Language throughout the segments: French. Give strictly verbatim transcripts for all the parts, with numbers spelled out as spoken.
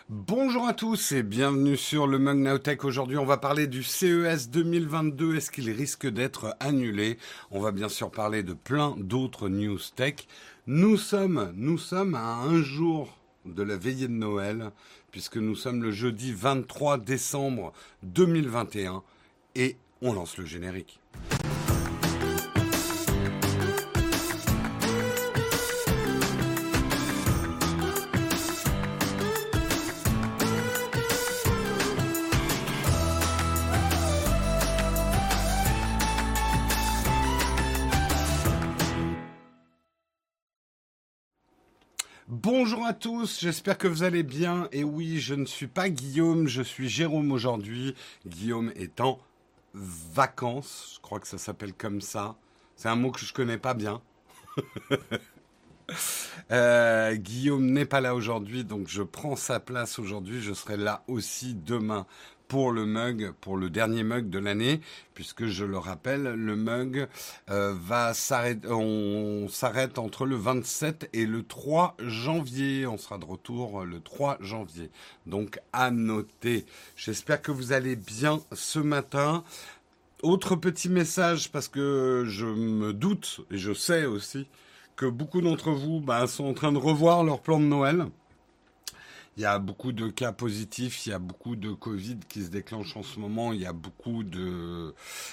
Bonjour à tous et bienvenue sur le Mug Nowtech. Aujourd'hui, on va parler du C E S deux mille vingt-deux. Est-ce qu'il risque d'être annulé? On va bien sûr parler de plein d'autres news tech. Nous sommes, nous sommes à un jour de la veillée de Noël, puisque nous sommes le jeudi vingt-trois décembre deux mille vingt et un et on lance le générique. Bonjour à tous, j'espère que vous allez bien. Et oui, je ne suis pas Guillaume, je suis Jérôme aujourd'hui. Guillaume est en vacances, je crois que ça s'appelle comme ça. C'est un mot que je connais pas bien. Euh, Guillaume n'est pas là aujourd'hui, donc je prends sa place aujourd'hui. Je serai là aussi demain pour le mug, pour le dernier mug de l'année, puisque je le rappelle, le mug euh, va s'arrêter, on s'arrête entre le vingt-sept et le trois janvier. On sera de retour le trois janvier. Donc à noter. J'espère que vous allez bien ce matin. Autre petit message, parce que je me doute, et je sais aussi, que beaucoup d'entre vous bah, sont en train de revoir leur plan de Noël. Il y a beaucoup de cas positifs, il y a beaucoup de Covid qui se déclenchent en ce moment, il y a beaucoup de,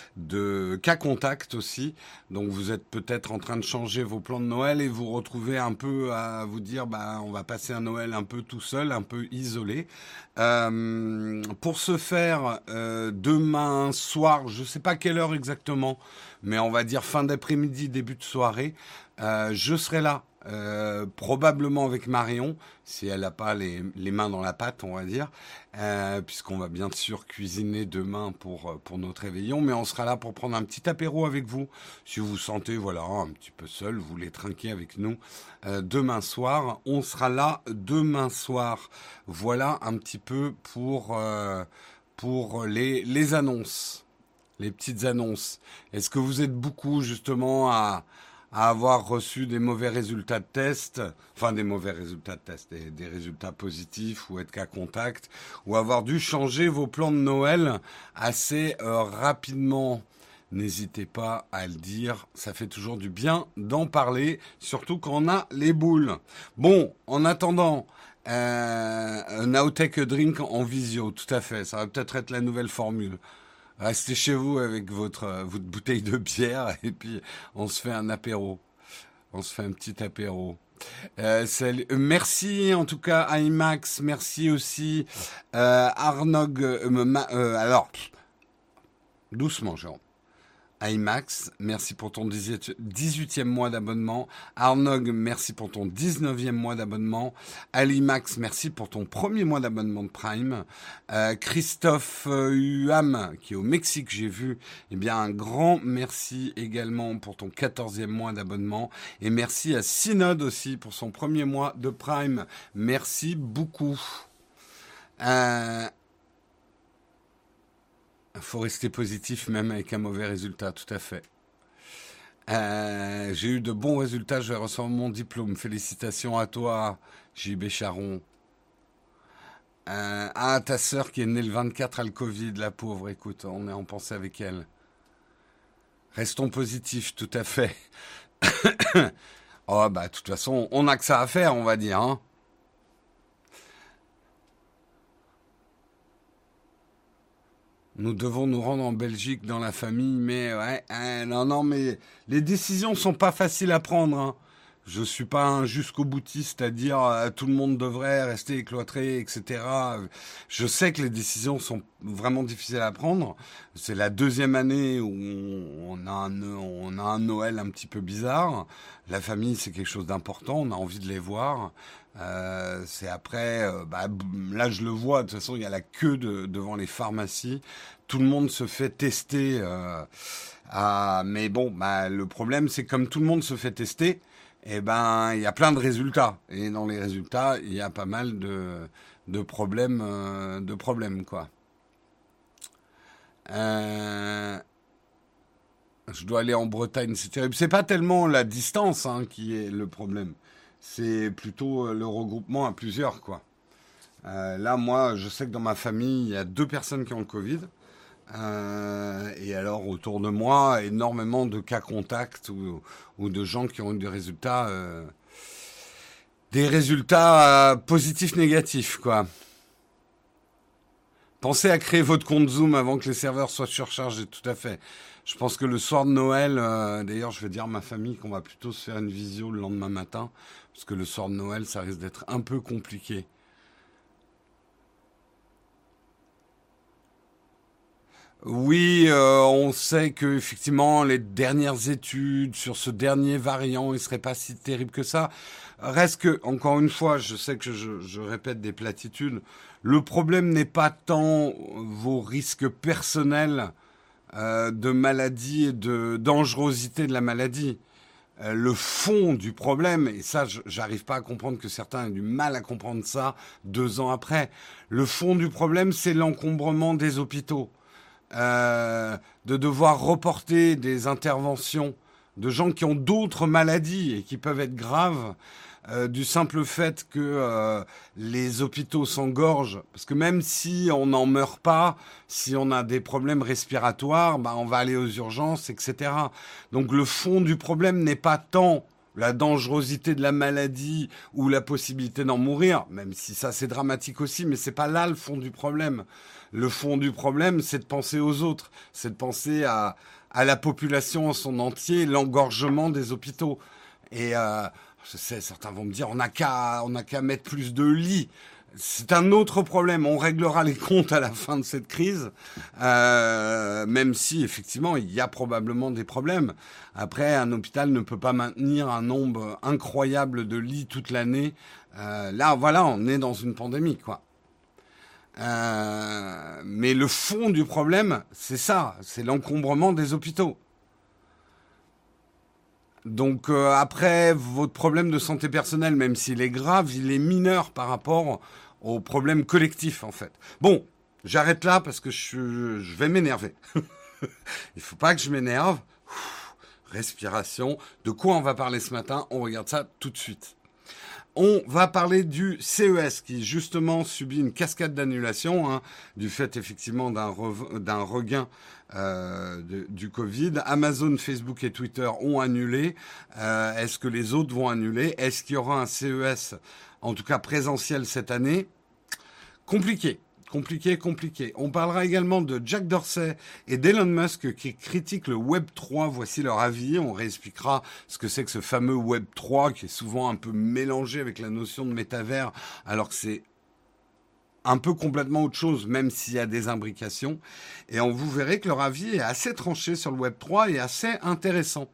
de cas contacts aussi. Donc vous êtes peut-être en train de changer vos plans de Noël et vous retrouvez un peu à vous dire bah, on va passer un Noël un peu tout seul, un peu isolé. Euh, pour ce faire, euh, demain soir, je ne sais pas quelle heure exactement, mais on va dire fin d'après-midi, début de soirée, euh, je serai là. Euh, probablement avec Marion, si elle n'a pas les, les mains dans la pâte, on va dire, euh, puisqu'on va bien sûr cuisiner demain pour, pour notre réveillon, mais on sera là pour prendre un petit apéro avec vous. Si vous vous sentez voilà, un petit peu seul, vous voulez trinquer avec nous euh, demain soir, on sera là demain soir. Voilà un petit peu pour, euh, pour les, les annonces, les petites annonces. Est-ce que vous êtes beaucoup justement à à avoir reçu des mauvais résultats de test, enfin des mauvais résultats de test, des, des résultats positifs ou être cas contact, ou avoir dû changer vos plans de Noël assez euh, rapidement? N'hésitez pas à le dire, ça fait toujours du bien d'en parler, surtout quand on a les boules. Bon, en attendant, euh, un Nowtech Drink en visio, tout à fait, ça va peut-être être la nouvelle formule. Restez chez vous avec votre, votre bouteille de bière et puis on se fait un apéro. On se fait un petit apéro. Euh, salut. Merci en tout cas à IMAX. Merci aussi euh, Arnog. Euh, ma, euh, alors, doucement, Jean. IMAX, merci pour ton dix-huitième mois d'abonnement. Arnog, merci pour ton dix-neuvième mois d'abonnement. Alimax, merci pour ton premier mois d'abonnement de Prime. Euh, Christophe euh, Huam, qui est au Mexique, j'ai vu, eh bien un grand merci également pour ton quatorzième mois d'abonnement. Et merci à Synode aussi pour son premier mois de Prime. Merci beaucoup. Euh, faut rester positif même avec un mauvais résultat, tout à fait. Euh, j'ai eu de bons résultats, je vais recevoir mon diplôme. Félicitations à toi, J B Charon. Euh, ah, ta sœur qui est née le vingt-quatre a le Covid, la pauvre, écoute, on est en pensée avec elle. Restons positifs, tout à fait. Oh, bah, de toute façon, on n'a que ça à faire, on va dire, hein. Nous devons nous rendre en Belgique dans la famille, mais ouais, hein, non, non, mais les décisions sont pas faciles à prendre. Hein. Je suis pas un jusqu'au boutiste à dire euh, tout le monde devrait rester cloîtré, et cetera. Je sais que les décisions sont vraiment difficiles à prendre. C'est la deuxième année où on a un, on a un Noël un petit peu bizarre. La famille, c'est quelque chose d'important. On a envie de les voir. Euh, c'est après, euh, bah, là je le vois, de toute façon il y a la queue de, devant les pharmacies, tout le monde se fait tester, euh, à, mais bon, bah, le problème c'est que comme tout le monde se fait tester, eh ben il y a plein de résultats, et dans les résultats il y a pas mal de, de problèmes, euh, de problèmes quoi. Euh, je dois aller en Bretagne, c'est terrible. C'est pas tellement la distance hein, qui est le problème. C'est plutôt le regroupement à plusieurs, quoi. Euh, là, moi, je sais que dans ma famille, il y a deux personnes qui ont le Covid. Euh, et alors, autour de moi, énormément de cas contacts ou, ou de gens qui ont eu des résultats, euh, des résultats euh, positifs, négatifs, quoi. Pensez à créer votre compte Zoom avant que les serveurs soient surchargés, tout à fait. Je pense que le soir de Noël, euh, d'ailleurs, je vais dire à ma famille qu'on va plutôt se faire une visio le lendemain matin, parce que le soir de Noël, ça risque d'être un peu compliqué. Oui, euh, on sait que effectivement les dernières études sur ce dernier variant, il serait pas si terrible que ça. Reste que, encore une fois, je sais que je, je répète des platitudes. Le problème n'est pas tant vos risques personnels euh, de maladie et de dangerosité de la maladie. Euh, le fond du problème, et ça, je- j'arrive pas à comprendre que certains aient du mal à comprendre ça deux ans après. Le fond du problème, c'est l'encombrement des hôpitaux, euh, de devoir reporter des interventions de gens qui ont d'autres maladies et qui peuvent être graves, euh, du simple fait que euh, les hôpitaux s'engorgent. Parce que même si on n'en meurt pas, si on a des problèmes respiratoires, bah, on va aller aux urgences, et cetera. Donc le fond du problème n'est pas tant la dangerosité de la maladie ou la possibilité d'en mourir, même si ça c'est dramatique aussi, mais c'est pas là le fond du problème. Le fond du problème, c'est de penser aux autres, c'est de penser à, à la population en son entier, l'engorgement des hôpitaux. Et euh, je sais, certains vont me dire, on n'a qu'à, on n'a qu'à mettre plus de lits. C'est un autre problème. On réglera les comptes à la fin de cette crise, euh, même si effectivement il y a probablement des problèmes. Après, un hôpital ne peut pas maintenir un nombre incroyable de lits toute l'année. Euh, là, voilà, on est dans une pandémie, quoi. Euh, mais le fond du problème, c'est ça, c'est l'encombrement des hôpitaux. Donc euh, après, votre problème de santé personnelle, même s'il est grave, il est mineur par rapport au problème collectif, en fait. Bon, j'arrête là parce que je, je vais m'énerver. Il faut pas que je m'énerve. Respiration. De quoi on va parler ce matin? On regarde ça tout de suite. On va parler du C E S qui justement subit une cascade d'annulations, hein, du fait effectivement d'un, re- d'un regain euh, de- du Covid. Amazon, Facebook et Twitter ont annulé. Euh, est-ce que les autres vont annuler? Est-ce qu'il y aura un C E S, en tout cas présentiel cette année? Compliqué. Compliqué, compliqué. On parlera également de Jack Dorsey et d'Elon Musk qui critiquent le Web trois. Voici leur avis. On réexpliquera ce que c'est que ce fameux Web trois qui est souvent un peu mélangé avec la notion de métavers alors que c'est un peu complètement autre chose, même s'il y a des imbrications. Et on vous verrez que leur avis est assez tranché sur le Web trois et assez intéressant.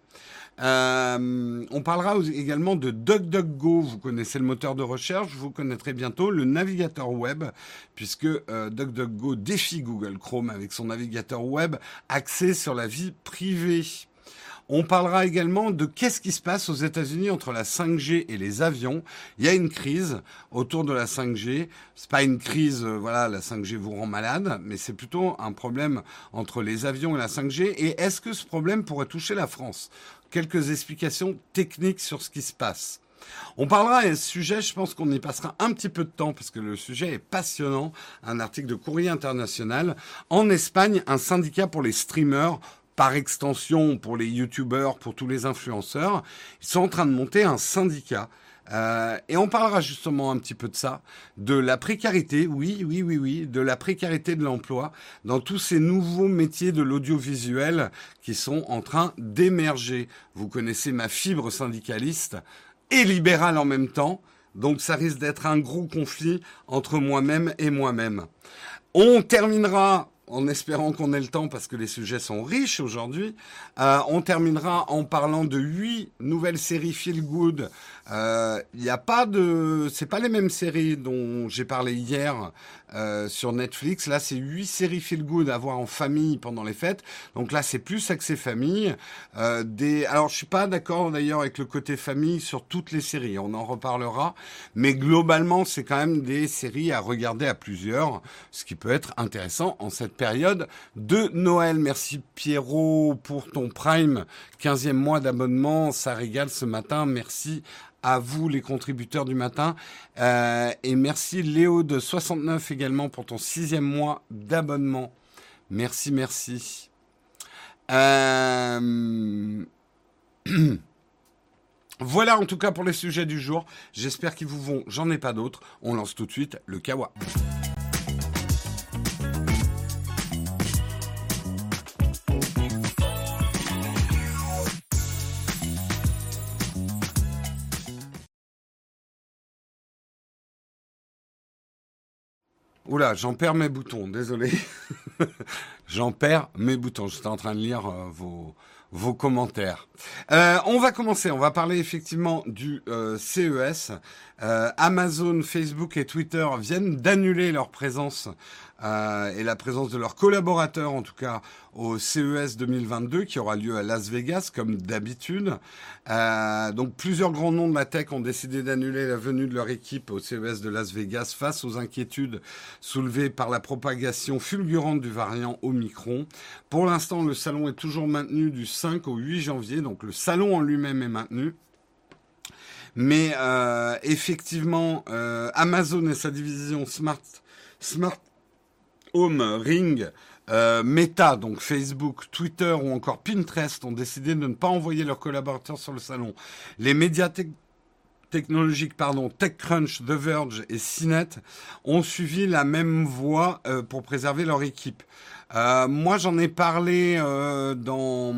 Euh, on parlera également de DuckDuckGo. Vous connaissez le moteur de recherche, vous connaîtrez bientôt le navigateur web, puisque euh, DuckDuckGo défie Google Chrome avec son navigateur web axé sur la vie privée. On parlera également de qu'est-ce qui se passe aux États-Unis entre la cinq G et les avions. Il y a une crise autour de la cinq G. C'est pas une crise, euh, voilà, la cinq G vous rend malade, mais c'est plutôt un problème entre les avions et la cinq G. Et est-ce que ce problème pourrait toucher la France? Quelques explications techniques sur ce qui se passe. On parlera à ce sujet, je pense qu'on y passera un petit peu de temps parce que le sujet est passionnant. Un article de Courrier International. En Espagne, un syndicat pour les streamers, par extension pour les youtubeurs, pour tous les influenceurs, ils sont en train de monter un syndicat. Euh, et on parlera justement un petit peu de ça, de la précarité, oui, oui, oui, oui, de la précarité de l'emploi dans tous ces nouveaux métiers de l'audiovisuel qui sont en train d'émerger. Vous connaissez ma fibre syndicaliste et libérale en même temps, donc ça risque d'être un gros conflit entre moi-même et moi-même. On terminera en espérant qu'on ait le temps parce que les sujets sont riches aujourd'hui. Euh, on terminera en parlant de huit nouvelles séries feel good. Il euh, n'y a pas de, c'est pas les mêmes séries dont j'ai parlé hier euh, sur Netflix. Là, c'est huit séries feel good à voir en famille pendant les fêtes. Donc là, c'est plus axé famille. Euh, des, alors je suis pas d'accord d'ailleurs avec le côté famille sur toutes les séries. On en reparlera, mais globalement, c'est quand même des séries à regarder à plusieurs, ce qui peut être intéressant en cette période de Noël. Merci Pierrot pour ton Prime, quinzième mois d'abonnement, ça régale ce matin, merci à vous les contributeurs du matin. Euh, et merci Léo de soixante-neuf également pour ton sixième mois d'abonnement. Merci, merci. Euh... Voilà en tout cas pour les sujets du jour. J'espère qu'ils vous vont. J'en ai pas d'autres. On lance tout de suite le Kawa. Oula, j'en perds mes boutons, désolé. J'en perds mes boutons. J'étais en train de lire euh, vos, vos commentaires. Euh, on va commencer, on va parler effectivement du euh, C E S. Euh, Amazon, Facebook et Twitter viennent d'annuler leur présence euh, et la présence de leurs collaborateurs, en tout cas au C E S deux mille vingt-deux, qui aura lieu à Las Vegas, comme d'habitude. Euh, donc plusieurs grands noms de la tech ont décidé d'annuler la venue de leur équipe au C E S de Las Vegas face aux inquiétudes soulevées par la propagation fulgurante du variant Omicron. Pour l'instant, le salon est toujours maintenu du cinq au huit janvier, donc le salon en lui-même est maintenu. Mais euh, effectivement, euh, Amazon et sa division Smart, Smart Home Ring, euh, Meta, donc Facebook, Twitter ou encore Pinterest ont décidé de ne pas envoyer leurs collaborateurs sur le salon. Les médias te- technologiques, pardon, TechCrunch, The Verge et C net ont suivi la même voie euh, pour préserver leur équipe. Euh, moi, j'en ai parlé euh, dans,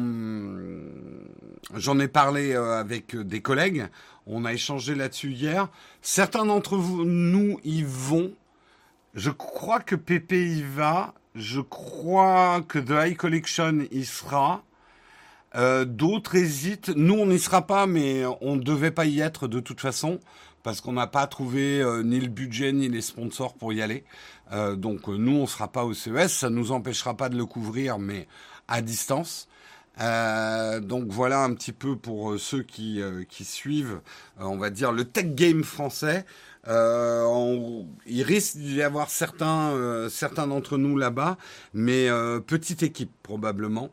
j'en ai parlé euh, avec des collègues. On a échangé là-dessus hier. Certains d'entre vous, nous, y vont. Je crois que Pépé y va. Je crois que The High Collection y sera. Euh, d'autres hésitent. Nous, on n'y sera pas, mais on ne devait pas y être de toute façon, parce qu'on n'a pas trouvé euh, ni le budget ni les sponsors pour y aller. Euh, donc euh, nous, on ne sera pas au C E S. Ça ne nous empêchera pas de le couvrir, mais à distance. Euh, donc voilà un petit peu pour euh, ceux qui, euh, qui suivent, euh, on va dire, le tech game français. Euh, on, il risque d'y avoir certains, euh, certains d'entre nous là-bas, mais euh, petite équipe probablement.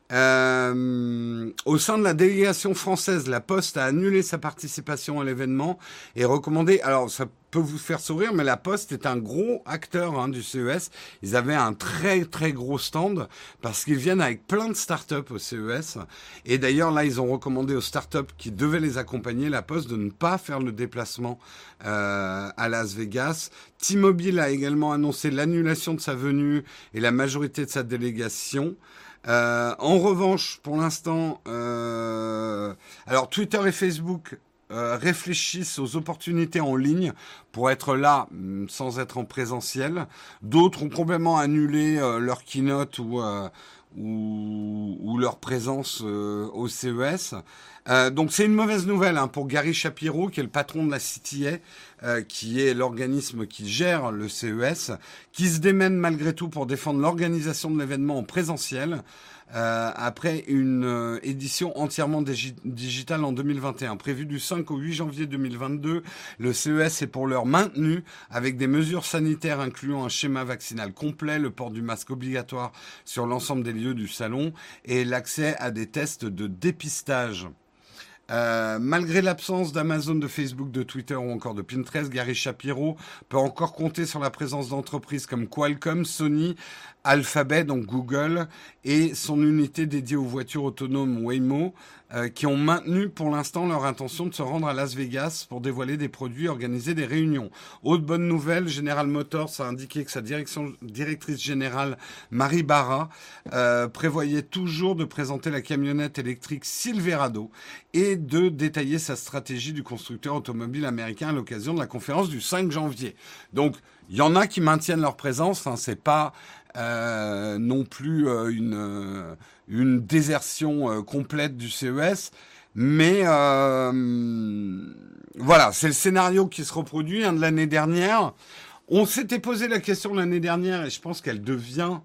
Euh, au sein de la délégation française, la Poste a annulé sa participation à l'événement et recommandé. Alors, ça peut vous faire sourire, mais la Poste est un gros acteur hein, du C E S. Ils avaient un très très gros stand parce qu'ils viennent avec plein de startups au C E S. Et d'ailleurs, là, ils ont recommandé aux startups qui devaient les accompagner, la Poste, de ne pas faire le déplacement euh, à Las Vegas. T-Mobile a également annoncé l'annulation de sa venue et la majorité de sa délégation. Euh, en revanche, pour l'instant, euh, alors Twitter et Facebook euh, réfléchissent aux opportunités en ligne pour être là sans être en présentiel. D'autres ont complètement annulé euh, leur keynote ou, euh, ou, ou leur présence euh, au C E S. Euh, donc c'est une mauvaise nouvelle hein, pour Gary Shapiro, qui est le patron de la C T A, euh, qui est l'organisme qui gère le C E S, qui se démène malgré tout pour défendre l'organisation de l'événement en présentiel, euh, après une euh, édition entièrement digi- digitale en deux mille vingt et un. Prévu du cinq au huit janvier deux mille vingt-deux, le C E S est pour l'heure maintenu, avec des mesures sanitaires incluant un schéma vaccinal complet, le port du masque obligatoire sur l'ensemble des lieux du salon et l'accès à des tests de dépistage. Euh, malgré l'absence d'Amazon, de Facebook, de Twitter ou encore de Pinterest, Gary Shapiro peut encore compter sur la présence d'entreprises comme Qualcomm, Sony, Alphabet, donc Google, et son unité dédiée aux voitures autonomes Waymo, euh, qui ont maintenu pour l'instant leur intention de se rendre à Las Vegas pour dévoiler des produits et organiser des réunions. Autre bonne nouvelle, General Motors a indiqué que sa direction, directrice générale, Marie Barra, euh, prévoyait toujours de présenter la camionnette électrique Silverado et de détailler sa stratégie du constructeur automobile américain à l'occasion de la conférence du cinq janvier. Donc, il y en a qui maintiennent leur présence, hein, c'est pas euh, non plus euh, une, euh, une désertion euh, complète du C E S, mais euh, voilà, c'est le scénario qui se reproduit hein, de l'année dernière. On s'était posé la question l'année dernière et je pense qu'elle devient,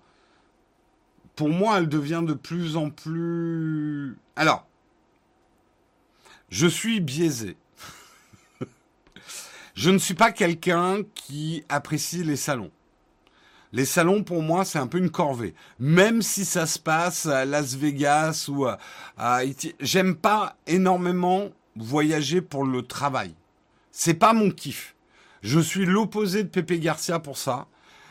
pour moi, elle devient de plus en plus... Alors, je suis biaisé. Je ne suis pas quelqu'un qui apprécie les salons. Les salons, pour moi, c'est un peu une corvée. Même si ça se passe à Las Vegas ou à, à Haïti. J'aime pas énormément voyager pour le travail. C'est pas mon kiff. Je suis l'opposé de Pépé Garcia pour ça.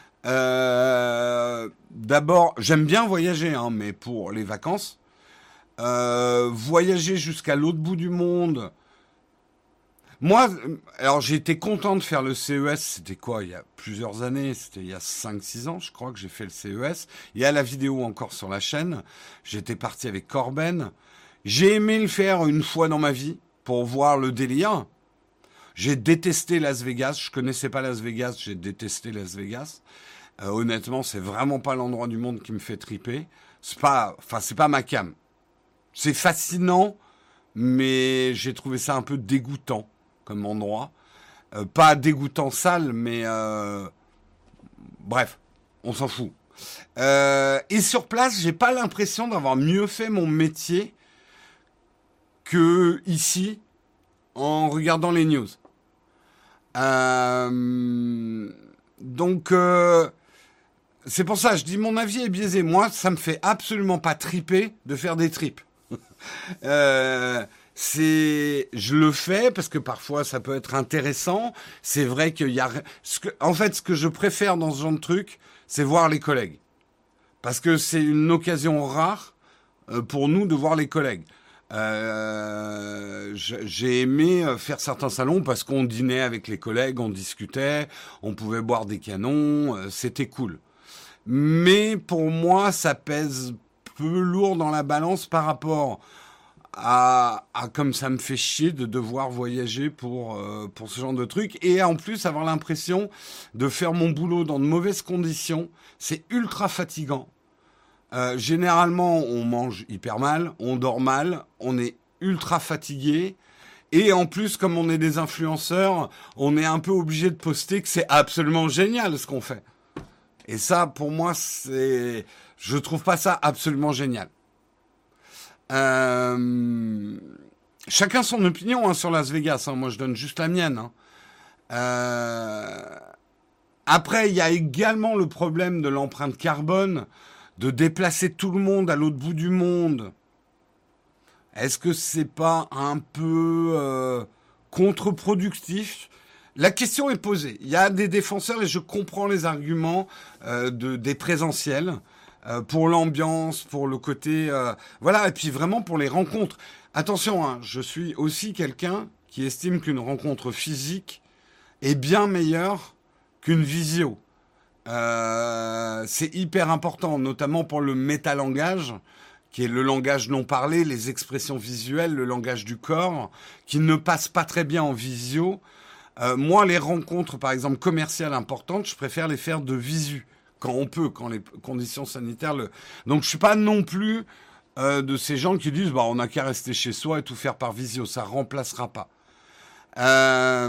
Euh, d'abord, j'aime bien voyager, hein, mais pour les vacances. Euh, voyager jusqu'à l'autre bout du monde. Moi, alors j'ai été content de faire le C E S, c'était quoi, il y a plusieurs années, c'était il y a cinq six ans, je crois que j'ai fait le C E S. Il y a la vidéo encore sur la chaîne. J'étais parti avec Corben. J'ai aimé le faire une fois dans ma vie pour voir le délire. J'ai détesté Las Vegas, je connaissais pas Las Vegas, j'ai détesté Las Vegas. Euh, honnêtement, c'est vraiment pas l'endroit du monde qui me fait triper. C'est pas, enfin, c'est pas ma came. C'est fascinant, mais j'ai trouvé ça un peu dégoûtant comme endroit. Euh, pas dégoûtant sale, mais euh, bref, on s'en fout. Euh, et sur place, j'ai pas l'impression d'avoir mieux fait mon métier que ici en regardant les news. Euh, donc euh, c'est pour ça, je dis mon avis est biaisé. Moi, ça me fait absolument pas triper de faire des tripes. euh, c'est, je le fais parce que parfois ça peut être intéressant. C'est vrai qu'il y a, ce que, en fait, ce que je préfère dans ce genre de truc, c'est voir les collègues, parce que c'est une occasion rare euh, pour nous de voir les collègues. Euh, j'ai aimé faire certains salons parce qu'on dînait avec les collègues, on discutait, on pouvait boire des canons, euh, c'était cool. Mais pour moi, ça pèse peu lourd dans la balance par rapport à, à comme ça me fait chier de devoir voyager pour, euh, pour ce genre de truc. Et en plus, avoir l'impression de faire mon boulot dans de mauvaises conditions, c'est ultra fatigant. Euh, généralement, on mange hyper mal, on dort mal, on est ultra fatigué. Et en plus, comme on est des influenceurs, on est un peu obligé de poster que c'est absolument génial ce qu'on fait. Et ça, pour moi, c'est, je trouve pas ça absolument génial. Euh... Chacun son opinion hein, sur Las Vegas. Hein. Moi, je donne juste la mienne. Hein. Euh... Après, il y a également le problème de l'empreinte carbone, de déplacer tout le monde à l'autre bout du monde. Est-ce que c'est pas un peu euh, contre-productif ? La question est posée. Il y a des défenseurs, et je comprends les arguments euh, de, des présentiels, euh, pour l'ambiance, pour le côté... Euh, voilà, et puis vraiment pour les rencontres. Attention, hein, je suis aussi quelqu'un qui estime qu'une rencontre physique est bien meilleure qu'une visio. Euh, c'est hyper important, notamment pour le métalangage, qui est le langage non parlé, les expressions visuelles, le langage du corps, qui ne passe pas très bien en visio. Euh, moi, les rencontres, par exemple, commerciales importantes, je préfère les faire de visu, quand on peut, quand les conditions sanitaires le... Donc, je suis pas non plus euh, de ces gens qui disent, bah, on n'a qu'à rester chez soi et tout faire par visio, ça remplacera pas. Euh...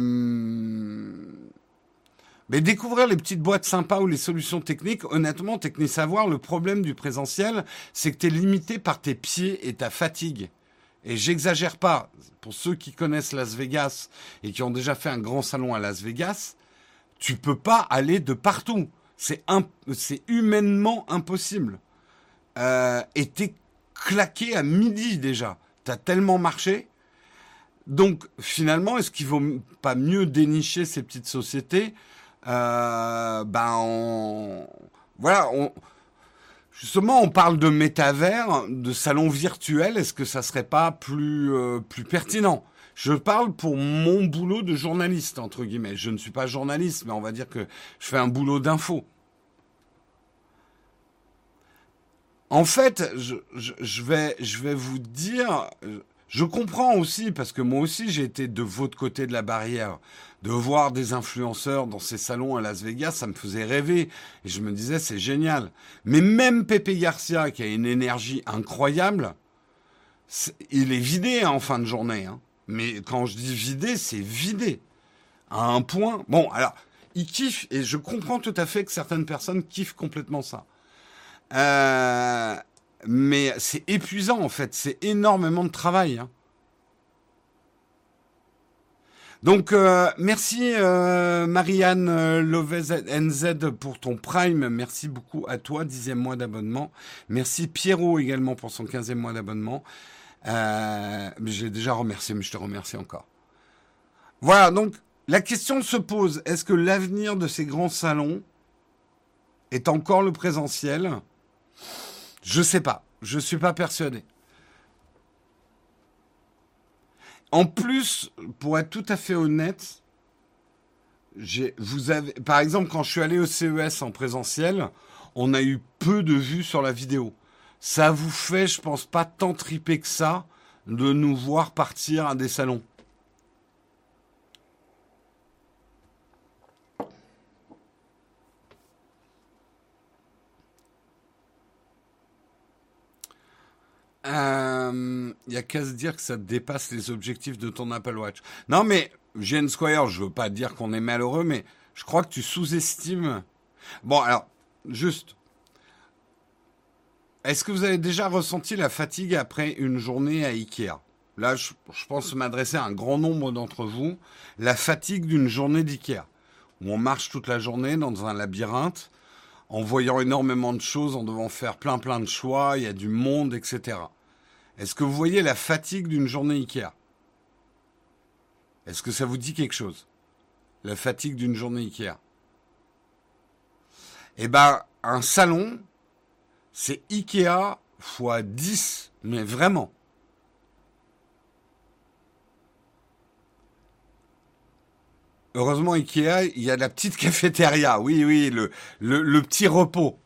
Mais découvrir les petites boîtes sympas ou les solutions techniques, honnêtement, Technisavoir, le problème du présentiel, c'est que tu es limité par tes pieds et ta fatigue. Et j'exagère pas. Pour ceux qui connaissent Las Vegas et qui ont déjà fait un grand salon à Las Vegas, tu peux pas aller de partout. C'est imp- c'est humainement impossible. Euh, et t'es claqué à midi déjà. T'as tellement marché. Donc finalement, est-ce qu'il vaut pas mieux dénicher ces petites sociétés ? Euh, ben on, voilà, on, justement, on parle de métavers, de salon virtuel. Est-ce que ça serait pas plus euh, plus pertinent ? Je parle pour mon boulot de journaliste entre guillemets. Je ne suis pas journaliste, mais on va dire que je fais un boulot d'info. En fait, je, je, je vais je vais vous dire. Je comprends aussi, parce que moi aussi j'ai été de votre côté de la barrière, de voir des influenceurs dans ces salons à Las Vegas, ça me faisait rêver. Et je me disais, c'est génial. Mais même Pépé Garcia, qui a une énergie incroyable, c'est, il est vidé hein, en fin de journée. Hein. Mais quand je dis vidé, c'est vidé. À un point... Bon, alors, il kiffe, et je comprends tout à fait que certaines personnes kiffent complètement ça. Euh... Mais c'est épuisant, en fait. C'est énormément de travail. Hein. Donc, euh, merci euh, Marianne euh, Lovez N Z pour ton Prime. Merci beaucoup à toi, dixième mois d'abonnement. Merci Pierrot également pour son quinzième mois d'abonnement. Euh, mais j'ai déjà remercié, mais je te remercie encore. Voilà, donc la question se pose, est-ce que l'avenir de ces grands salons est encore le présentiel? Je sais pas, je suis pas persuadé. En plus, pour être tout à fait honnête, j'ai, vous avez, par exemple, quand je suis allé au C E S en présentiel, on a eu peu de vues sur la vidéo. Ça vous fait, je pense, pas tant triper que ça de nous voir partir à des salons. Il euh, y a qu'à se dire que ça dépasse les objectifs de ton Apple Watch. Non, mais G N Squire, je veux pas dire qu'on est malheureux, mais je crois que tu sous-estimes. Bon, alors, juste, est-ce que vous avez déjà ressenti la fatigue après une journée à Ikea? Là, je, je pense m'adresser à un grand nombre d'entre vous. La fatigue d'une journée d'Ikea, où on marche toute la journée dans un labyrinthe, en voyant énormément de choses, en devant faire plein plein de choix, il y a du monde, et cetera. Est-ce que vous voyez la fatigue d'une journée Ikea? Est-ce que ça vous dit quelque chose? La fatigue d'une journée Ikea? Eh ben, un salon, c'est Ikea fois dix, mais vraiment. Heureusement, Ikea, il y a la petite cafétéria. Oui, oui, le, le, le petit repos.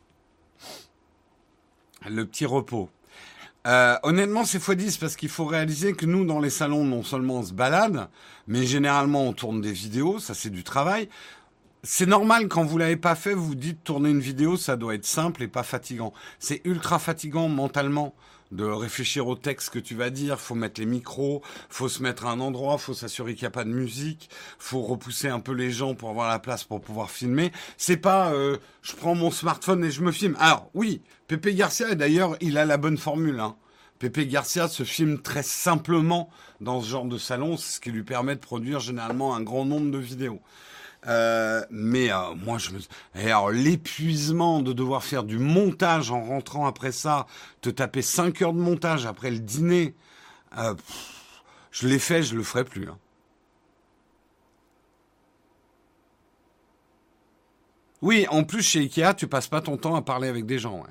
Le petit repos. Euh, honnêtement, c'est fois dix parce qu'il faut réaliser que nous, dans les salons, non seulement on se balade, mais généralement on tourne des vidéos, ça c'est du travail. C'est normal, quand vous l'avez pas fait, vous vous dites tourner une vidéo, ça doit être simple et pas fatigant. C'est ultra fatigant mentalement de réfléchir au texte que tu vas dire, faut mettre les micros, faut se mettre à un endroit, faut s'assurer qu'il n'y a pas de musique, faut repousser un peu les gens pour avoir la place pour pouvoir filmer. C'est pas euh, je prends mon smartphone et je me filme. Alors oui, Pépé Garcia, et d'ailleurs il a la bonne formule, hein. Pépé Garcia se filme très simplement dans ce genre de salon, c'est ce qui lui permet de produire généralement un grand nombre de vidéos. Euh, mais euh, moi, je me... Et alors, l'épuisement de devoir faire du montage en rentrant après ça, te taper cinq heures de montage après le dîner, euh, pff, je l'ai fait, je le ferai plus. Hein. Oui, en plus, chez Ikea, tu passes pas ton temps à parler avec des gens. Ouais.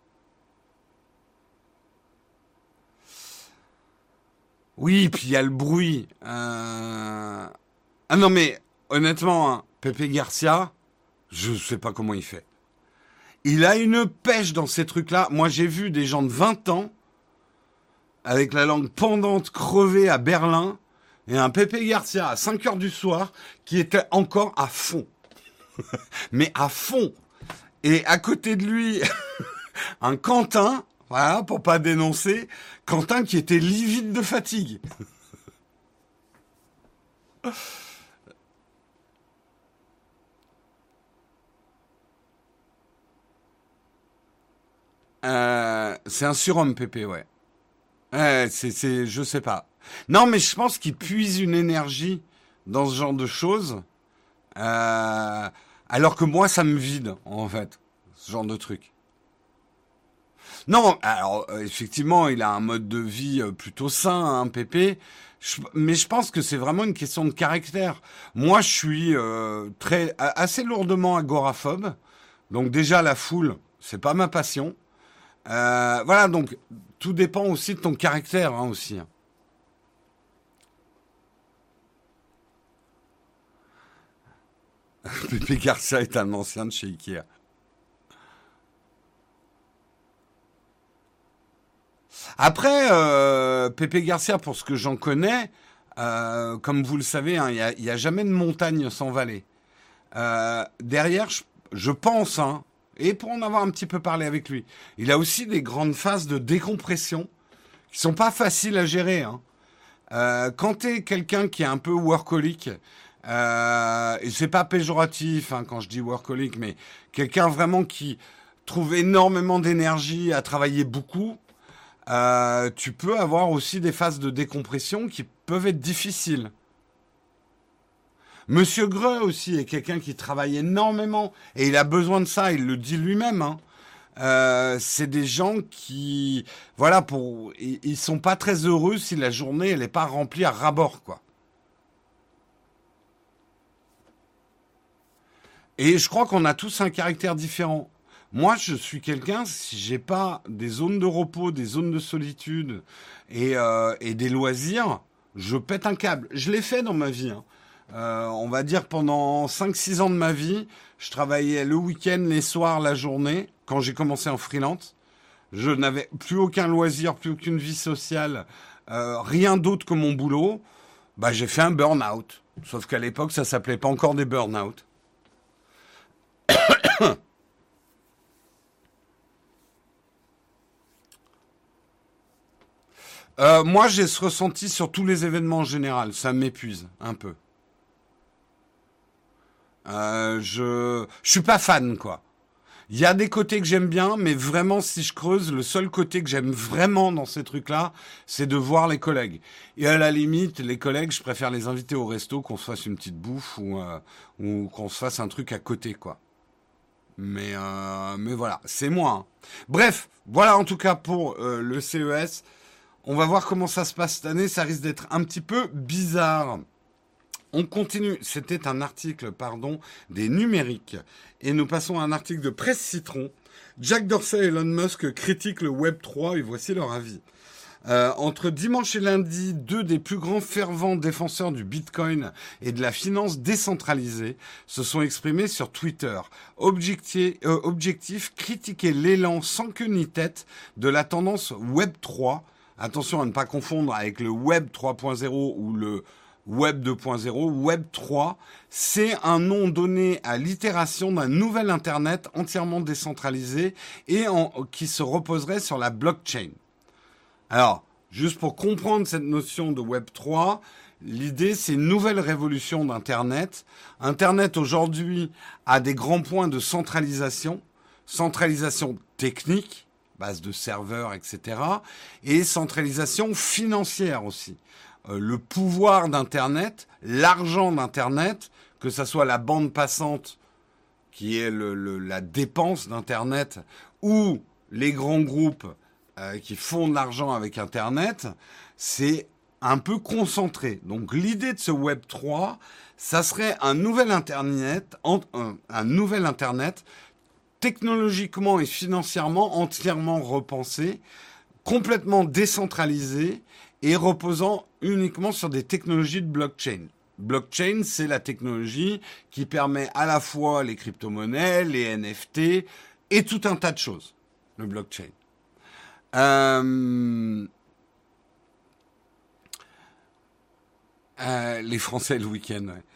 Oui, puis il y a le bruit. Euh... Ah non, mais honnêtement, hein, Pépé Garcia, je sais pas comment il fait. Il a une pêche dans ces trucs-là. Moi, j'ai vu des gens de vingt ans avec la langue pendante, crevée à Berlin, et un Pépé Garcia à cinq heures du soir qui était encore à fond. Mais à fond. Et à côté de lui, un Quentin, voilà, pour pas dénoncer, Quentin qui était livide de fatigue. Euh, c'est un surhomme, Pépé, ouais. Ouais, c'est, c'est, je sais pas. Non, mais je pense qu'il puise une énergie dans ce genre de choses, euh, alors que moi, ça me vide, en fait, ce genre de truc. Non, alors euh, effectivement, il a un mode de vie euh, plutôt sain, hein, Pépé. Je- mais je pense que c'est vraiment une question de caractère. Moi, je suis euh, très a- assez lourdement agoraphobe. Donc déjà, la foule, c'est pas ma passion. Euh, voilà, donc tout dépend aussi de ton caractère, hein, aussi. Hein. Pépé Garcia est un ancien de chez Ikea. Après, euh, Pépé Garcia, pour ce que j'en connais, euh, comme vous le savez, hein, il n'y a, il y a jamais de montagne sans vallée. Euh, derrière, je, je pense, hein, et pour en avoir un petit peu parlé avec lui, il a aussi des grandes phases de décompression qui sont pas faciles à gérer. Hein. Euh, quand tu es quelqu'un qui est un peu workaholic, euh, et c'est pas péjoratif hein, quand je dis workaholic, mais quelqu'un vraiment qui trouve énormément d'énergie à travailler beaucoup, euh, tu peux avoir aussi des phases de décompression qui peuvent être difficiles. Monsieur Greux aussi est quelqu'un qui travaille énormément et il a besoin de ça, il le dit lui-même. Hein. Euh, c'est des gens qui, voilà, pour, ils, ils sont pas très heureux si la journée elle est pas remplie à ras-bord, quoi. Et je crois qu'on a tous un caractère différent. Moi, je suis quelqu'un, si j'ai pas des zones de repos, des zones de solitude et, euh, et des loisirs, je pète un câble. Je l'ai fait dans ma vie, hein. Euh, on va dire pendant cinq six ans de ma vie, je travaillais le week-end, les soirs, la journée, quand j'ai commencé en freelance. Je n'avais plus aucun loisir, plus aucune vie sociale, euh, rien d'autre que mon boulot. Bah, j'ai fait un burn-out. Sauf qu'à l'époque, ça s'appelait pas encore des burn-out. Euh, moi, j'ai ce ressenti sur tous les événements en général. Ça m'épuise un peu. Euh, je, je suis pas fan, quoi. Il y a des côtés que j'aime bien, mais vraiment, si je creuse, le seul côté que j'aime vraiment dans ces trucs-là, c'est de voir les collègues. Et à la limite, les collègues, je préfère les inviter au resto, qu'on se fasse une petite bouffe ou, euh, ou qu'on se fasse un truc à côté, quoi. Mais, euh, mais voilà, c'est moi, hein. Bref, voilà en tout cas pour euh, le C E S. On va voir comment ça se passe cette année. Ça risque d'être un petit peu bizarre. On continue. C'était un article, pardon, des numériques. Et nous passons à un article de Presse Citron. Jack Dorsey et Elon Musk critiquent le Web trois et voici leur avis. Euh, entre dimanche et lundi, deux des plus grands fervents défenseurs du Bitcoin et de la finance décentralisée se sont exprimés sur Twitter. Objectif, euh, objectif critiquer l'élan sans queue ni tête de la tendance Web trois. Attention à ne pas confondre avec le Web trois point zéro ou le Web deux point zéro. Web trois, c'est un nom donné à l'itération d'un nouvel Internet entièrement décentralisé et en, qui se reposerait sur la blockchain. Alors, juste pour comprendre cette notion de Web trois, l'idée, c'est une nouvelle révolution d'Internet. Internet, aujourd'hui, a des grands points de centralisation, centralisation technique, base de serveurs, et cetera, et centralisation financière aussi. Euh, le pouvoir d'Internet, l'argent d'Internet, que ça soit la bande passante, qui est le, le, la dépense d'Internet, ou les grands groupes euh, qui font de l'argent avec Internet, c'est un peu concentré. Donc l'idée de ce Web trois, ça serait un nouvel Internet, un, un nouvel Internet technologiquement et financièrement entièrement repensé, complètement décentralisé et reposant uniquement sur des technologies de blockchain. Blockchain, c'est la technologie qui permet à la fois les crypto-monnaies, les N F T et tout un tas de choses, le blockchain. Euh, euh, les Français le week-end, ouais.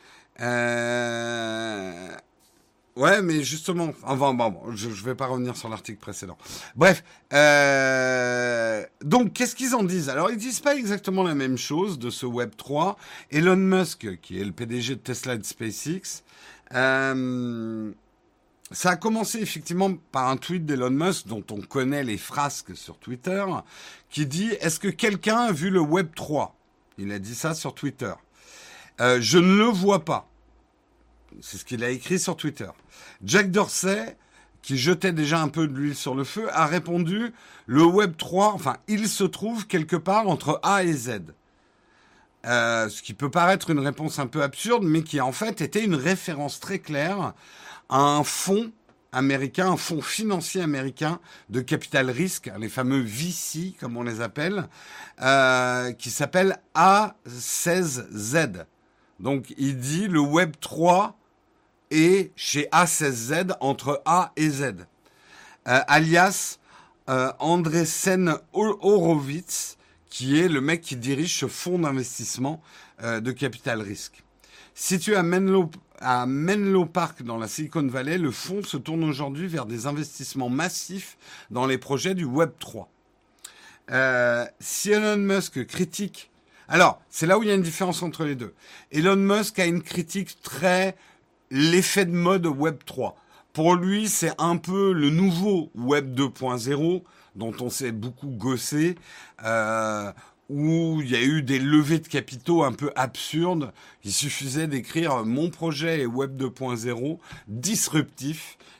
Euh, Ouais, mais justement, enfin, bon, bon, je ne vais pas revenir sur l'article précédent. Bref, euh, donc, qu'est-ce qu'ils en disent? Alors, ils disent pas exactement la même chose de ce Web trois. Elon Musk, qui est le P D G de Tesla et de SpaceX, euh, ça a commencé effectivement par un tweet d'Elon Musk, dont on connaît les frasques sur Twitter, qui dit « Est-ce que quelqu'un a vu le Web trois ?» Il a dit ça sur Twitter. Euh, « Je ne le vois pas. » C'est ce qu'il a écrit sur Twitter. Jack Dorsey, qui jetait déjà un peu de l'huile sur le feu, a répondu « Le Web trois, enfin, il se trouve quelque part entre A et Z. » Euh, ce qui peut paraître une réponse un peu absurde, mais qui en fait était une référence très claire à un fonds américain, un fonds financier américain de capital risque, les fameux V C, comme on les appelle, euh, qui s'appelle A seize Z. Donc, il dit le Web trois est chez A seize Z, entre A et Z. Euh, alias euh, Andresen Horowitz, qui est le mec qui dirige ce fonds d'investissement euh, de capital risque. Situé à Menlo, à Menlo Park dans la Silicon Valley, le fonds se tourne aujourd'hui vers des investissements massifs dans les projets du Web trois. Euh, si Elon Musk critique... Alors, c'est là où il y a une différence entre les deux. Elon Musk a une critique très... l'effet de mode Web trois. Pour lui, c'est un peu le nouveau Web deux point zéro, dont on s'est beaucoup gossé, euh, où il y a eu des levées de capitaux un peu absurdes. Il suffisait d'écrire « Mon projet est Web deux point zéro, disruptif »,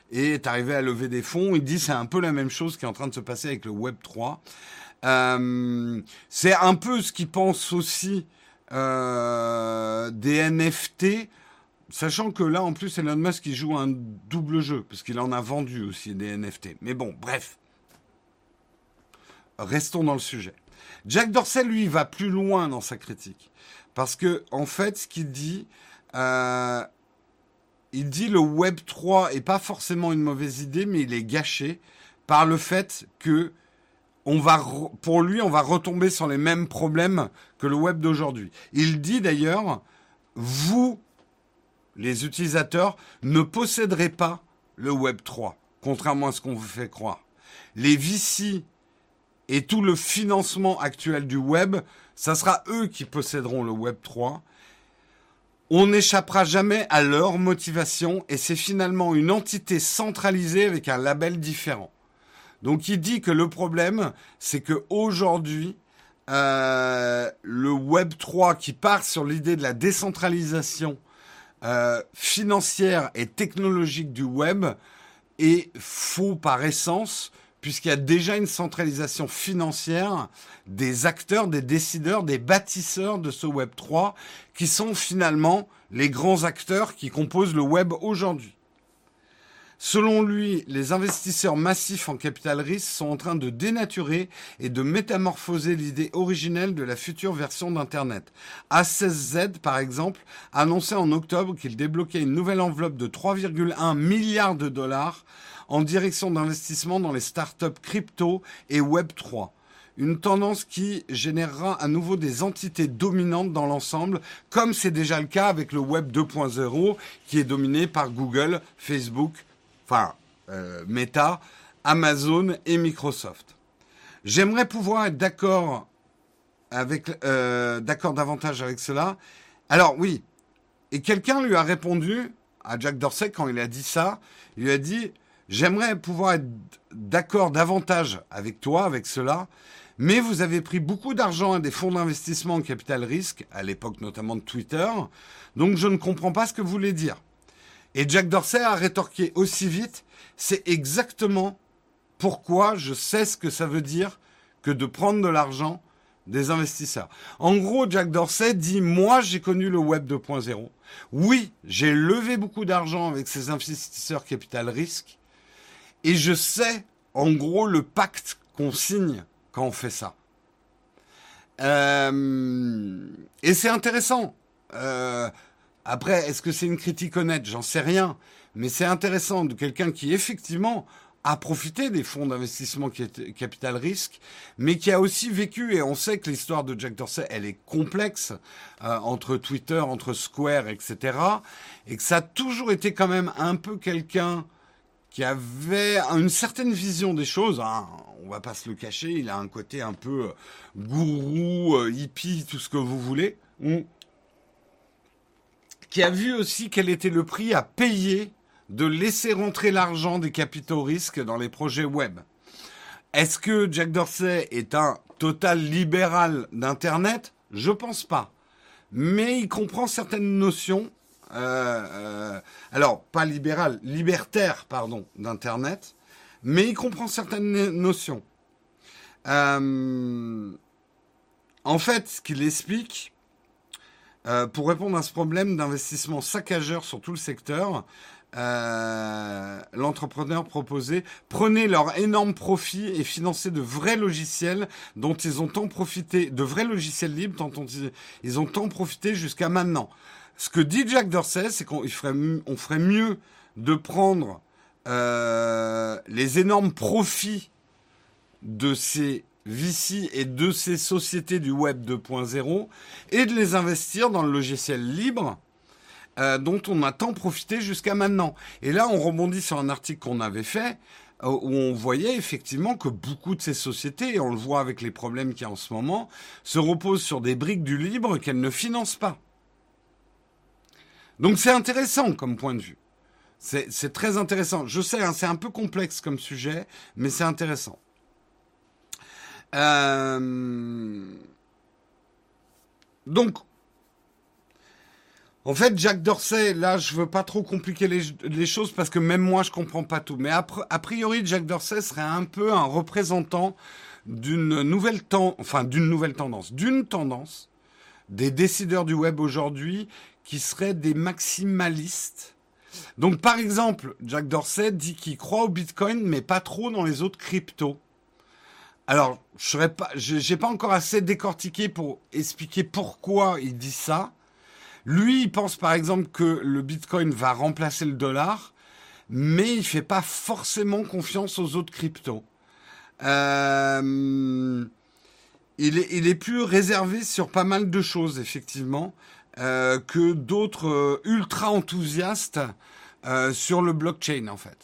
et est arrivé à lever des fonds. Il dit c'est un peu la même chose qui est en train de se passer avec le Web trois. Euh, c'est un peu ce qu'il pense aussi euh, des N F T, sachant que là, en plus, Elon Musk, il joue un double jeu, parce qu'il en a vendu aussi des N F T. Mais bon, bref. Restons dans le sujet. Jack Dorsey, lui, va plus loin dans sa critique. Parce que, en fait, ce qu'il dit, euh, il dit le Web trois est pas forcément une mauvaise idée, mais il est gâché par le fait que on va, pour lui, on va retomber sur les mêmes problèmes que le web d'aujourd'hui. Il dit d'ailleurs, vous, les utilisateurs, ne posséderez pas le Web trois, contrairement à ce qu'on vous fait croire. Les V C et tout le financement actuel du web, ça sera eux qui posséderont le Web trois. On n'échappera jamais à leur motivation et c'est finalement une entité centralisée avec un label différent. Donc il dit que le problème, c'est qu'aujourd'hui, euh, le Web trois qui part sur l'idée de la décentralisation euh, financière et technologique du web est faux par essence, puisqu'il y a déjà une centralisation financière des acteurs, des décideurs, des bâtisseurs de ce Web trois, qui sont finalement les grands acteurs qui composent le web aujourd'hui. Selon lui, les investisseurs massifs en capital risque sont en train de dénaturer et de métamorphoser l'idée originelle de la future version d'Internet. A seize Z, par exemple, annonçait en octobre qu'il débloquait une nouvelle enveloppe de trois virgule un milliards de dollars en direction d'investissement dans les startups crypto et Web trois. Une tendance qui générera à nouveau des entités dominantes dans l'ensemble, comme c'est déjà le cas avec le Web deux point zéro, qui est dominé par Google, Facebook, enfin, euh, Meta, Amazon et Microsoft. J'aimerais pouvoir être d'accord avec, euh, d'accord davantage avec cela. Alors oui, et quelqu'un lui a répondu à Jack Dorsey quand il a dit ça. Il lui a dit, j'aimerais pouvoir être d'accord davantage avec toi, avec cela, mais vous avez pris beaucoup d'argent à des fonds d'investissement en capital risque, à l'époque notamment de Twitter, donc je ne comprends pas ce que vous voulez dire. Et Jack Dorsey a rétorqué aussi vite, c'est exactement pourquoi je sais ce que ça veut dire que de prendre de l'argent des investisseurs. En gros, Jack Dorsey dit, moi j'ai connu le Web deux point zéro. Oui, j'ai levé beaucoup d'argent avec ces investisseurs capital risque et je sais en gros le pacte qu'on signe quand on fait ça. Euh, et c'est intéressant. Euh, Après, est-ce que c'est une critique honnête ? J'en sais rien. Mais c'est intéressant de quelqu'un qui, effectivement, a profité des fonds d'investissement capital risque, mais qui a aussi vécu, et on sait que l'histoire de Jack Dorsey, elle est complexe, euh, entre Twitter, entre Square, et cetera, et que ça a toujours été quand même un peu quelqu'un qui avait une certaine vision des choses, hein. On va pas se le cacher, il a un côté un peu euh, gourou, euh, hippie, tout ce que vous voulez, mm. qui a vu aussi quel était le prix à payer de laisser rentrer l'argent des capitaux risques dans les projets web. Est-ce que Jack Dorsey est un total libéral d'Internet ? Je pense pas. Mais il comprend certaines notions, euh, euh, alors pas libéral, libertaire, pardon, d'Internet, mais il comprend certaines notions. Euh, en fait, ce qu'il explique, Euh, pour répondre à ce problème d'investissement saccageur sur tout le secteur, euh, l'entrepreneur proposait « Prenez leurs énormes profits et financez de vrais logiciels dont ils ont tant profité, de vrais logiciels libres dont ils, ils ont tant profité jusqu'à maintenant. » Ce que dit Jack Dorsey, c'est qu'on ferait, on ferait mieux de prendre euh, les énormes profits de ces V C et de ces sociétés du Web deux point zéro et de les investir dans le logiciel libre euh, dont on a tant profité jusqu'à maintenant. Et là, on rebondit sur un article qu'on avait fait euh, où on voyait effectivement que beaucoup de ces sociétés, et on le voit avec les problèmes qu'il y a en ce moment, se reposent sur des briques du libre qu'elles ne financent pas. Donc c'est intéressant comme point de vue. C'est, c'est très intéressant. Je sais, hein, c'est un peu complexe comme sujet, mais c'est intéressant. Euh... Donc, En fait, Jack Dorsey, là, je veux pas trop compliquer les, les choses parce que même moi, je comprends pas tout. Mais a, a priori, Jack Dorsey serait un peu un représentant d'une nouvelle ten- enfin d'une nouvelle tendance, d'une tendance des décideurs du web aujourd'hui qui seraient des maximalistes. Donc, par exemple, Jack Dorsey dit qu'il croit au Bitcoin, mais pas trop dans les autres cryptos. Alors, je serais pas, j'ai pas encore assez décortiqué pour expliquer pourquoi il dit ça. Lui, il pense par exemple que le Bitcoin va remplacer le dollar, mais il fait pas forcément confiance aux autres cryptos. Euh, il est, il est plus réservé sur pas mal de choses, effectivement, euh, que d'autres euh, ultra enthousiastes euh, sur le blockchain, en fait.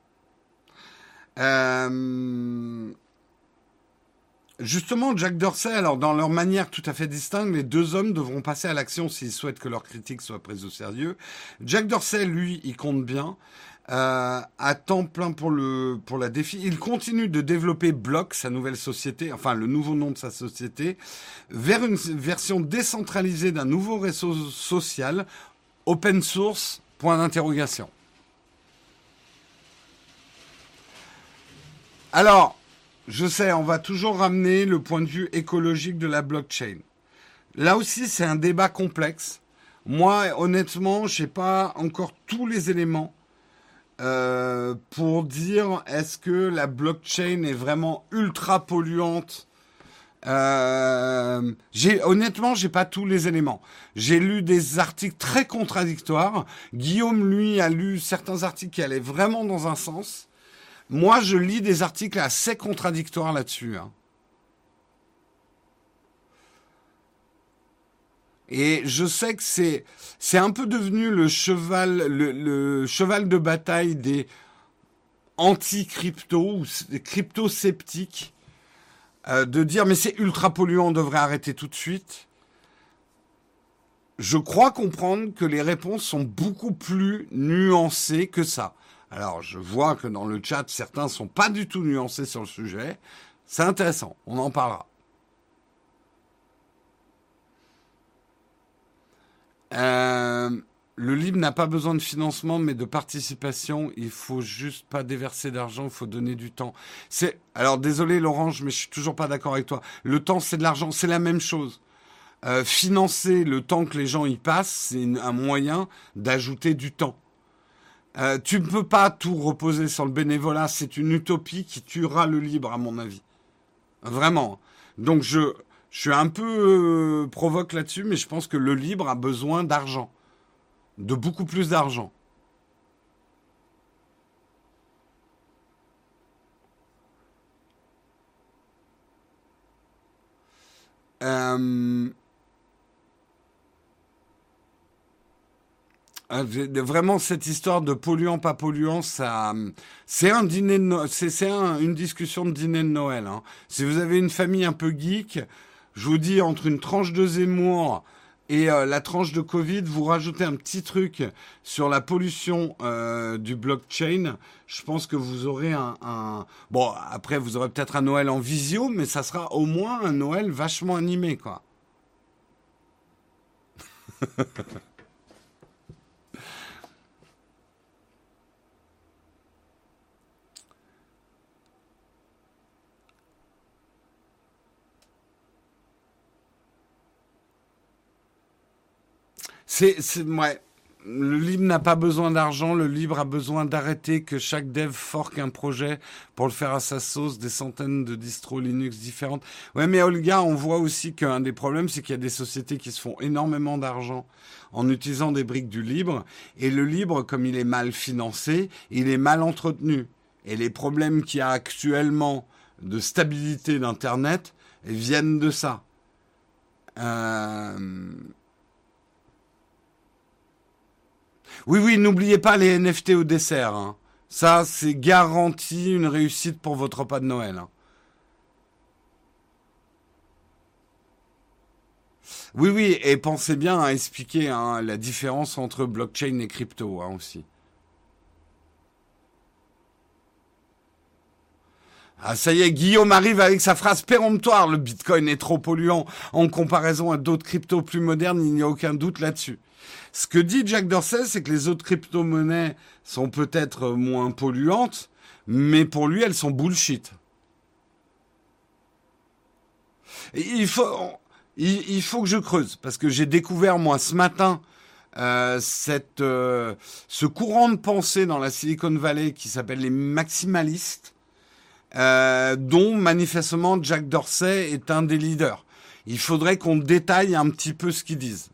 Euh, Justement, Jack Dorsey, alors dans leur manière tout à fait distincte, les deux hommes devront passer à l'action s'ils souhaitent que leurs critiques soient prises au sérieux. Jack Dorsey, lui, il compte bien, euh, à temps plein pour le pour la défi. Il continue de développer Block, sa nouvelle société, enfin le nouveau nom de sa société, vers une version décentralisée d'un nouveau réseau social, open source, point d'interrogation. Alors, je sais, on va toujours ramener le point de vue écologique de la blockchain. Là aussi, c'est un débat complexe. Moi, honnêtement, je n'ai pas encore tous les éléments euh, pour dire est-ce que la blockchain est vraiment ultra polluante. Euh, j'ai, honnêtement, j'ai pas tous les éléments. J'ai lu des articles très contradictoires. Guillaume, lui, a lu certains articles qui allaient vraiment dans un sens. Moi, je lis des articles assez contradictoires là-dessus. Hein. Et je sais que c'est c'est un peu devenu le cheval le, le cheval de bataille des anti-crypto ou des crypto-sceptiques euh, de dire mais c'est ultra polluant, on devrait arrêter tout de suite. Je crois comprendre que les réponses sont beaucoup plus nuancées que ça. Alors, je vois que dans le chat, certains sont pas du tout nuancés sur le sujet. C'est intéressant, on en parlera. Euh, le libre n'a pas besoin de financement, mais de participation. Il faut juste pas déverser d'argent, il faut donner du temps. C'est alors désolé Laurent, mais je suis toujours pas d'accord avec toi. Le temps, c'est de l'argent, c'est la même chose. Euh, financer le temps que les gens y passent, c'est un moyen d'ajouter du temps. Euh, tu ne peux pas tout reposer sur le bénévolat, c'est une utopie qui tuera le libre, à mon avis. Vraiment. Donc je, je suis un peu euh, provoque là-dessus, mais je pense que le libre a besoin d'argent, de beaucoup plus d'argent. Euh, Vraiment, cette histoire de polluant, pas polluant, ça, c'est un dîner de no... c'est, c'est un, une discussion de dîner de Noël. Hein. Si vous avez une famille un peu geek, je vous dis, entre une tranche de Zemmour et euh, la tranche de Covid, vous rajoutez un petit truc sur la pollution euh, du blockchain, je pense que vous aurez un, un... Bon, après, vous aurez peut-être un Noël en visio, mais ça sera au moins un Noël vachement animé, quoi. C'est, c'est, ouais. Le libre n'a pas besoin d'argent, le libre a besoin d'arrêter que chaque dev forque un projet pour le faire à sa sauce, des centaines de distros Linux différentes. Ouais, mais Olga, on voit aussi qu'un des problèmes, c'est qu'il y a des sociétés qui se font énormément d'argent en utilisant des briques du libre, et le libre, comme il est mal financé, il est mal entretenu. Et les problèmes qu'il y a actuellement de stabilité d'Internet viennent de ça. Euh... Oui, oui, n'oubliez pas les N F T au dessert. Hein. Ça, c'est garanti une réussite pour votre repas de Noël. Hein. Oui, oui, et pensez bien à expliquer hein, la différence entre blockchain et crypto hein, aussi. Ah, ça y est, Guillaume arrive avec sa phrase péremptoire. Le Bitcoin est trop polluant. En comparaison à d'autres cryptos plus modernes, il n'y a aucun doute là-dessus. Ce que dit Jack Dorsey, c'est que les autres crypto-monnaies sont peut-être moins polluantes, mais pour lui, elles sont bullshit. Et il faut, il, il faut que je creuse, parce que j'ai découvert, moi, ce matin, euh, cette, euh, ce courant de pensée dans la Silicon Valley qui s'appelle les maximalistes, euh, dont manifestement Jack Dorsey est un des leaders. Il faudrait qu'on détaille un petit peu ce qu'ils disent.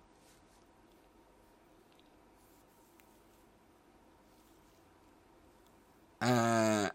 Euh,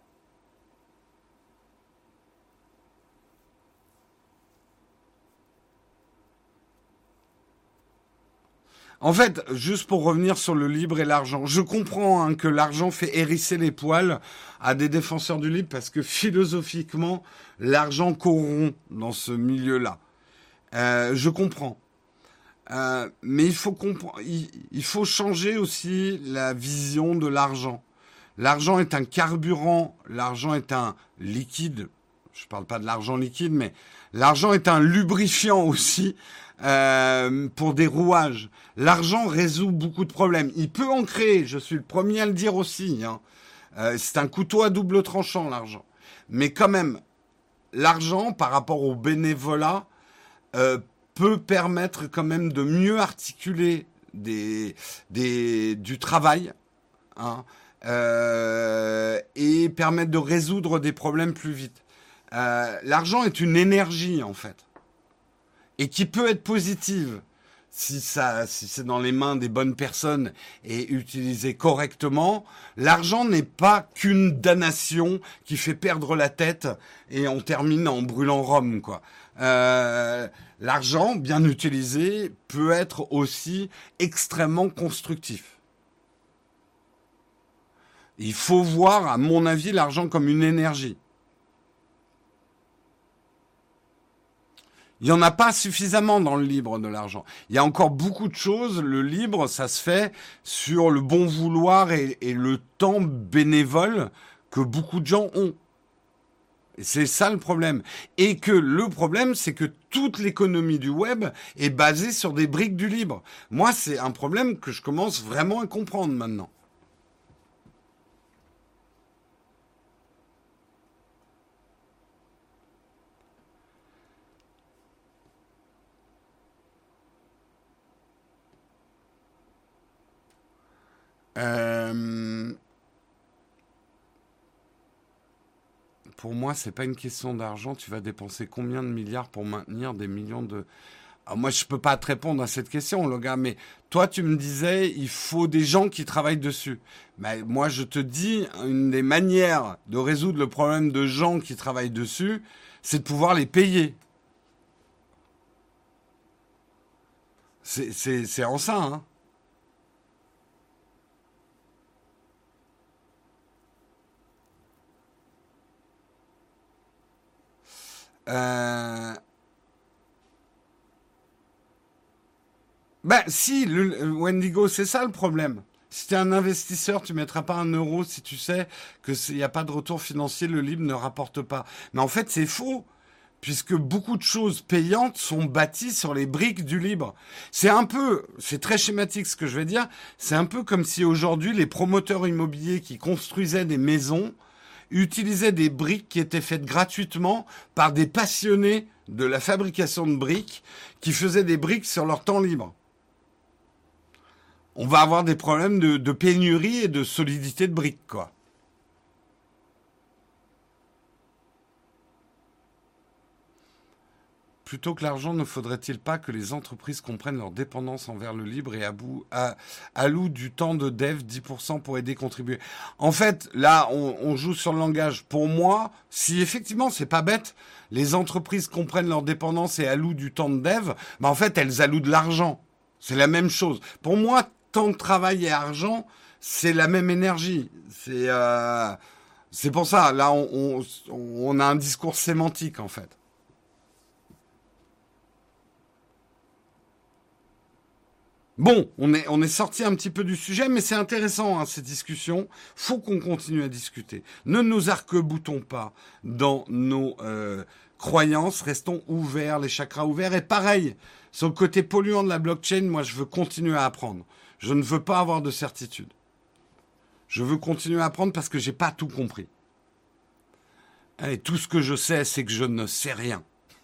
En fait, juste pour revenir sur le libre et l'argent, je comprends hein, que l'argent fait hérisser les poils à des défenseurs du libre parce que philosophiquement, l'argent corrompt dans ce milieu-là. Euh, je comprends. Euh, mais il faut, compre- il, il faut changer aussi la vision de l'argent. L'argent est un carburant, l'argent est un liquide. Je ne parle pas de l'argent liquide, mais l'argent est un lubrifiant aussi euh, pour des rouages. L'argent résout beaucoup de problèmes. Il peut en créer, je suis le premier à le dire aussi. Hein. Euh, c'est un couteau à double tranchant, l'argent. Mais quand même, l'argent, par rapport au bénévolat, euh, peut permettre quand même de mieux articuler des, des, du travail, hein, euh, et permettre de résoudre des problèmes plus vite. Euh, l'argent est une énergie en fait, et qui peut être positive si ça, si c'est dans les mains des bonnes personnes et utilisé correctement. L'argent n'est pas qu'une damnation qui fait perdre la tête et on termine en brûlant Rome, quoi. Euh, l'argent, bien utilisé, peut être aussi extrêmement constructif. Il faut voir, à mon avis, l'argent comme une énergie. Il n'y en a pas suffisamment dans le libre de l'argent. Il y a encore beaucoup de choses. Le libre, ça se fait sur le bon vouloir et, et le temps bénévole que beaucoup de gens ont. Et c'est ça le problème. Et que le problème, c'est que toute l'économie du web est basée sur des briques du libre. Moi, c'est un problème que je commence vraiment à comprendre maintenant. Euh, pour moi, c'est pas une question d'argent. Tu vas dépenser combien de milliards pour maintenir des millions de... Ah, moi, je peux pas te répondre à cette question, le gars. Mais toi, tu me disais, il faut des gens qui travaillent dessus. Mais moi, je te dis, une des manières de résoudre le problème de gens qui travaillent dessus, c'est de pouvoir les payer. C'est, c'est, c'est en ça, hein. Euh, Ben si, le, le Wendigo, c'est ça le problème. Si tu es un investisseur, tu mettras pas un euro si tu sais que il n'y a pas de retour financier, le libre ne rapporte pas. Mais en fait, c'est faux, puisque beaucoup de choses payantes sont bâties sur les briques du libre. C'est un peu, c'est très schématique ce que je vais dire, c'est un peu comme si aujourd'hui les promoteurs immobiliers qui construisaient des maisons utilisaient des briques qui étaient faites gratuitement par des passionnés de la fabrication de briques qui faisaient des briques sur leur temps libre. On va avoir des problèmes de, de pénurie et de solidité de briques, quoi. Plutôt que l'argent, ne faudrait-il pas que les entreprises comprennent leur dépendance envers le libre et abou- à- allouent du temps de dev, dix pour cent pour aider, contribuer. En fait, là, on, on joue sur le langage. Pour moi, si effectivement, c'est pas bête, les entreprises comprennent leur dépendance et allouent du temps de dev, bah en fait, elles allouent de l'argent. C'est la même chose. Pour moi, temps de travail et argent, c'est la même énergie. C'est euh, c'est pour ça, là, on, on, on a un discours sémantique, en fait. Bon, on est, on est sorti un petit peu du sujet, mais c'est intéressant, hein, ces discussions. Faut qu'on continue à discuter. Ne nous arc-boutons pas dans nos euh, croyances. Restons ouverts, les chakras ouverts. Et pareil, sur le côté polluant de la blockchain, moi, je veux continuer à apprendre. Je ne veux pas avoir de certitude. Je veux continuer à apprendre parce que j'ai pas tout compris. Et tout ce que je sais, c'est que je ne sais rien.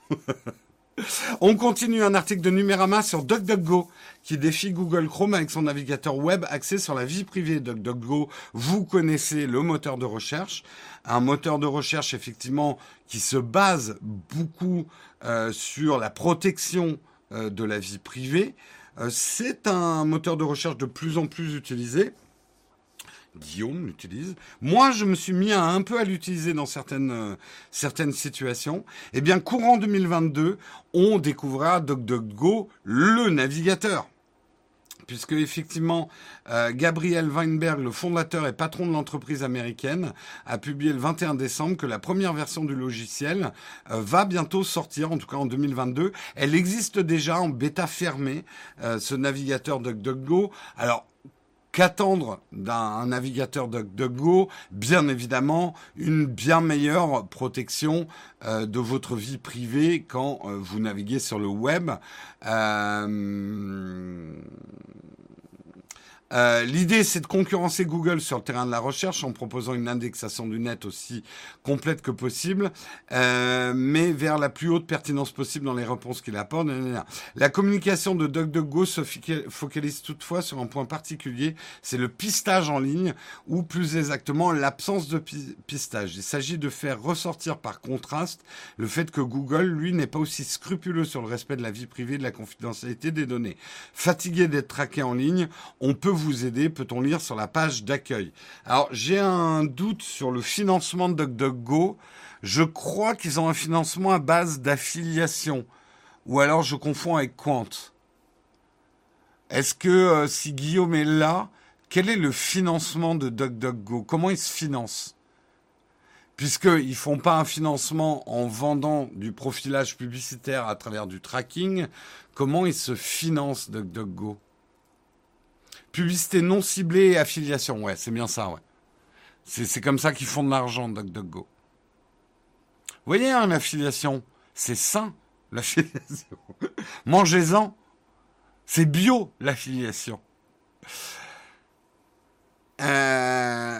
On continue un article de Numérama sur DuckDuckGo qui défie Google Chrome avec son navigateur web axé sur la vie privée. DuckDuckGo, vous connaissez le moteur de recherche, un moteur de recherche effectivement qui se base beaucoup euh, sur la protection euh, de la vie privée. Euh, c'est un moteur de recherche de plus en plus utilisé. Guillaume l'utilise. Moi, je me suis mis à un peu à l'utiliser dans certaines, euh, certaines situations. Eh bien, courant deux mille vingt-deux, on découvrira DuckDuckGo, le navigateur. Puisque, effectivement, euh, Gabriel Weinberg, le fondateur et patron de l'entreprise américaine, a publié le vingt et un décembre que la première version du logiciel euh, va bientôt sortir, en tout cas en deux mille vingt-deux. Elle existe déjà en bêta fermée, euh, ce navigateur DuckDuckGo. Alors, qu'attendre d'un navigateur DuckDuckGo? Bien évidemment, une bien meilleure protection euh, de votre vie privée quand euh, vous naviguez sur le web. Euh... Euh, l'idée, c'est de concurrencer Google sur le terrain de la recherche en proposant une indexation du net aussi complète que possible, euh, mais vers la plus haute pertinence possible dans les réponses qu'il apporte. La communication de DuckDuckGo se focalise toutefois sur un point particulier, c'est le pistage en ligne, ou plus exactement l'absence de pistage. Il s'agit de faire ressortir par contraste le fait que Google, lui, n'est pas aussi scrupuleux sur le respect de la vie privée et de la confidentialité des données. Fatigué d'être traqué en ligne, on peut vous aider, peut-on lire sur la page d'accueil. Alors, j'ai un doute sur le financement de DuckDuckGo. Je crois qu'ils ont un financement à base d'affiliation. Ou alors, je confonds avec Quant. Est-ce que, euh, si Guillaume est là, quel est le financement de DuckDuckGo? Comment ils se financent? Puisqu'ils ne font pas un financement en vendant du profilage publicitaire à travers du tracking, comment ils se financent DuckDuckGo? Publicité non ciblée et affiliation, ouais, c'est bien ça, ouais. C'est, c'est comme ça qu'ils font de l'argent, DuckDuckGo. Vous voyez, hein, l'affiliation, c'est sain, l'affiliation. Mangez-en, c'est bio, l'affiliation. Euh...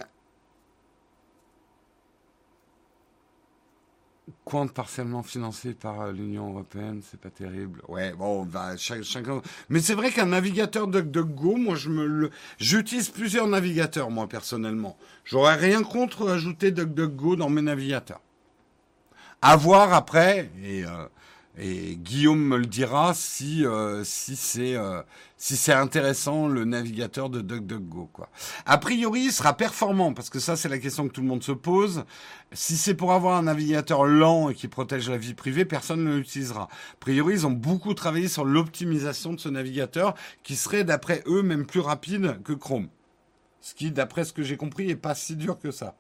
Quant partiellement financé par l'Union européenne, c'est pas terrible. Ouais, bon, bah, chaque, chacun. Mais c'est vrai qu'un navigateur DuckDuckGo, moi, je me le, j'utilise plusieurs navigateurs, moi, personnellement. J'aurais rien contre ajouter DuckDuckGo dans mes navigateurs. À voir après, et, euh, et Guillaume me le dira si, euh, si c'est, euh, si c'est intéressant, le navigateur de DuckDuckGo, quoi. A priori, il sera performant, parce que ça, c'est la question que tout le monde se pose. Si c'est pour avoir un navigateur lent et qui protège la vie privée, personne ne l'utilisera. A priori, ils ont beaucoup travaillé sur l'optimisation de ce navigateur, qui serait, d'après eux, même plus rapide que Chrome. Ce qui, d'après ce que j'ai compris, est pas si dur que ça.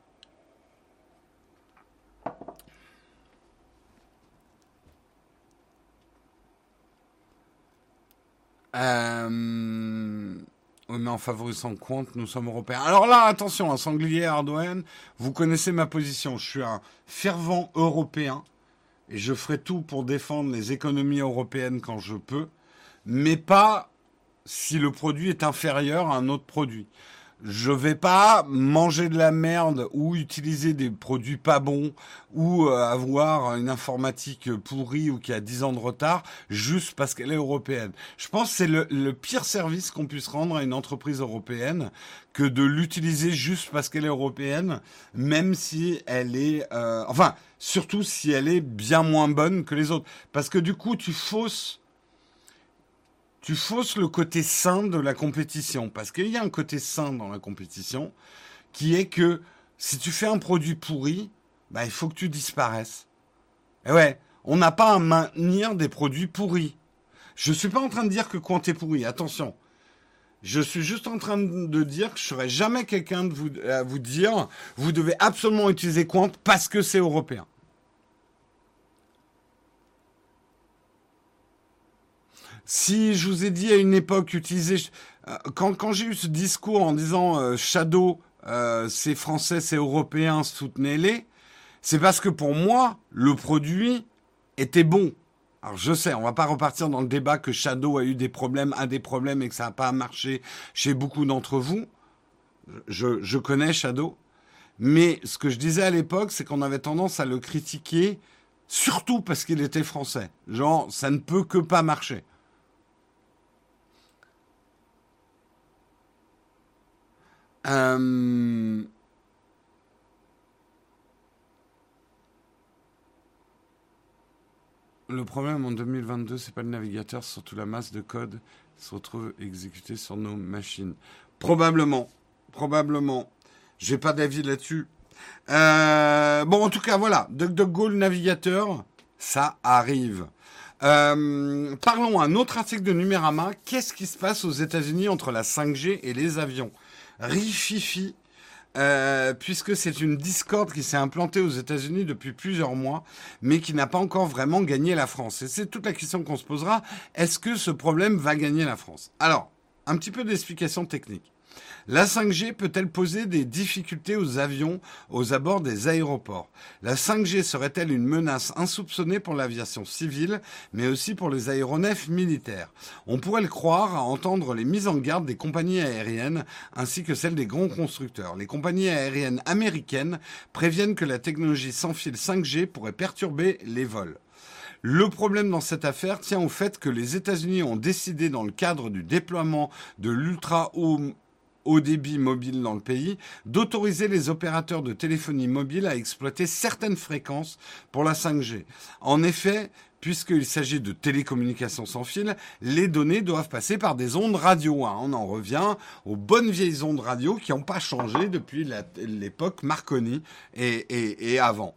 Euh... Oui, mais en favorisant Quant, nous sommes européens. Alors là, attention, un sanglier Ardoine, vous connaissez ma position. Je suis un fervent européen et je ferai tout pour défendre les économies européennes quand je peux, mais pas si le produit est inférieur à un autre produit. Je vais pas manger de la merde ou utiliser des produits pas bons ou euh, avoir une informatique pourrie ou qui a dix ans de retard juste parce qu'elle est européenne. Je pense que c'est le, le pire service qu'on puisse rendre à une entreprise européenne que de l'utiliser juste parce qu'elle est européenne, même si elle est... Euh, enfin, surtout si elle est bien moins bonne que les autres. Parce que du coup, tu fausses... Tu fausses le côté sain de la compétition. Parce qu'il y a un côté sain dans la compétition qui est que si tu fais un produit pourri, bah, il faut que tu disparaisses. Et ouais, on n'a pas à maintenir des produits pourris. Je ne suis pas en train de dire que Quant est pourri, attention. Je suis juste en train de dire que je ne serai jamais quelqu'un de vous, à vous dire vous devez absolument utiliser Quant parce que c'est européen. Si je vous ai dit à une époque, utiliser... euh, Quand, quand j'ai eu ce discours en disant euh, Shadow, euh, c'est français, c'est européen, soutenez-les, c'est parce que pour moi, le produit était bon. Alors je sais, on va pas repartir dans le débat que Shadow a eu des problèmes, a des problèmes et que ça n'a pas marché chez beaucoup d'entre vous. Je, je connais Shadow. Mais ce que je disais à l'époque, c'est qu'on avait tendance à le critiquer, surtout parce qu'il était français. Genre, ça ne peut que pas marcher. Euh, le problème en deux mille vingt-deux, c'est pas le navigateur, c'est surtout la masse de code qui se retrouve exécutée sur nos machines. Probablement, probablement. J'ai pas d'avis là-dessus. Euh, bon, en tout cas, voilà. DuckDuckGo, le navigateur, ça arrive. Euh, parlons un autre article de Numérama. Qu'est-ce qui se passe aux États-Unis entre la cinq G et les avions? Rififi, euh, puisque c'est une discorde qui s'est implantée aux États-Unis depuis plusieurs mois, mais qui n'a pas encore vraiment gagné la France. Et c'est toute la question qu'on se posera. Est-ce que ce problème va gagner la France? Alors, un petit peu d'explication technique. La cinq G peut-elle poser des difficultés aux avions aux abords des aéroports? La cinq G serait-elle une menace insoupçonnée pour l'aviation civile, mais aussi pour les aéronefs militaires? On pourrait le croire à entendre les mises en garde des compagnies aériennes ainsi que celles des grands constructeurs. Les compagnies aériennes américaines préviennent que la technologie sans fil cinq G pourrait perturber les vols. Le problème dans cette affaire tient au fait que les États-Unis ont décidé, dans le cadre du déploiement de l'ultra haut haut débit mobile dans le pays, d'autoriser les opérateurs de téléphonie mobile à exploiter certaines fréquences pour la cinq G. En effet, puisqu'il s'agit de télécommunications sans fil, les données doivent passer par des ondes radio. Hein. On en revient aux bonnes vieilles ondes radio qui n'ont pas changé depuis la, l'époque Marconi et, et, et avant.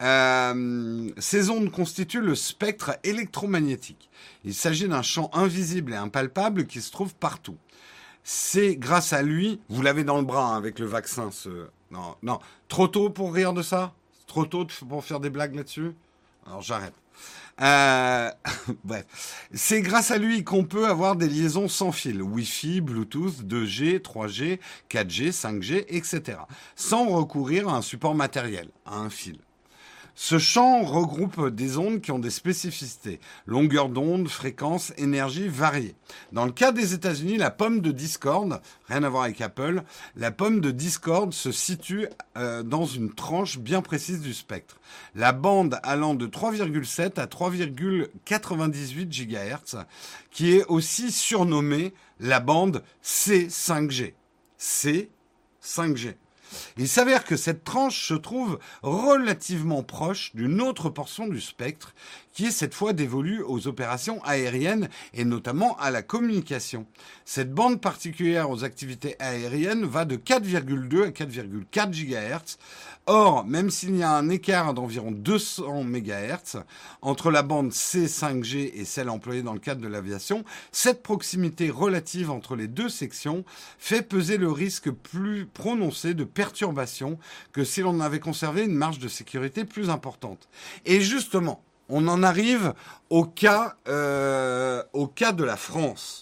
Euh, ces ondes constituent le spectre électromagnétique. Il s'agit d'un champ invisible et impalpable qui se trouve partout. C'est grâce à lui, vous l'avez dans le bras hein, avec le vaccin. Ce... Non, non, trop tôt pour rire de ça? Trop tôt pour faire des blagues là-dessus? Alors j'arrête. Euh... Bref, c'est grâce à lui qu'on peut avoir des liaisons sans fil, Wi-Fi, Bluetooth, deux G, trois G, quatre G, cinq G, et cetera, sans recourir à un support matériel, à un fil. Ce champ regroupe des ondes qui ont des spécificités, longueur d'onde, fréquence, énergie variée. Dans le cas des États-Unis, la pomme de discorde, rien à voir avec Apple, la pomme de discorde se situe euh, dans une tranche bien précise du spectre. La bande allant de trois virgule sept à trois virgule quatre-vingt-dix-huit gigahertz, qui est aussi surnommée la bande C cinq G. C cinq G. Il s'avère que cette tranche se trouve relativement proche d'une autre portion du spectre qui est cette fois dévolue aux opérations aériennes et notamment à la communication. Cette bande particulière aux activités aériennes va de quatre virgule deux à quatre virgule quatre gigahertz. Or, même s'il y a un écart d'environ deux cents mégahertz entre la bande C cinq G et celle employée dans le cadre de l'aviation, cette proximité relative entre les deux sections fait peser le risque plus prononcé de perturbation que si l'on avait conservé une marge de sécurité plus importante. Et justement, on en arrive au cas, euh, au cas de la France.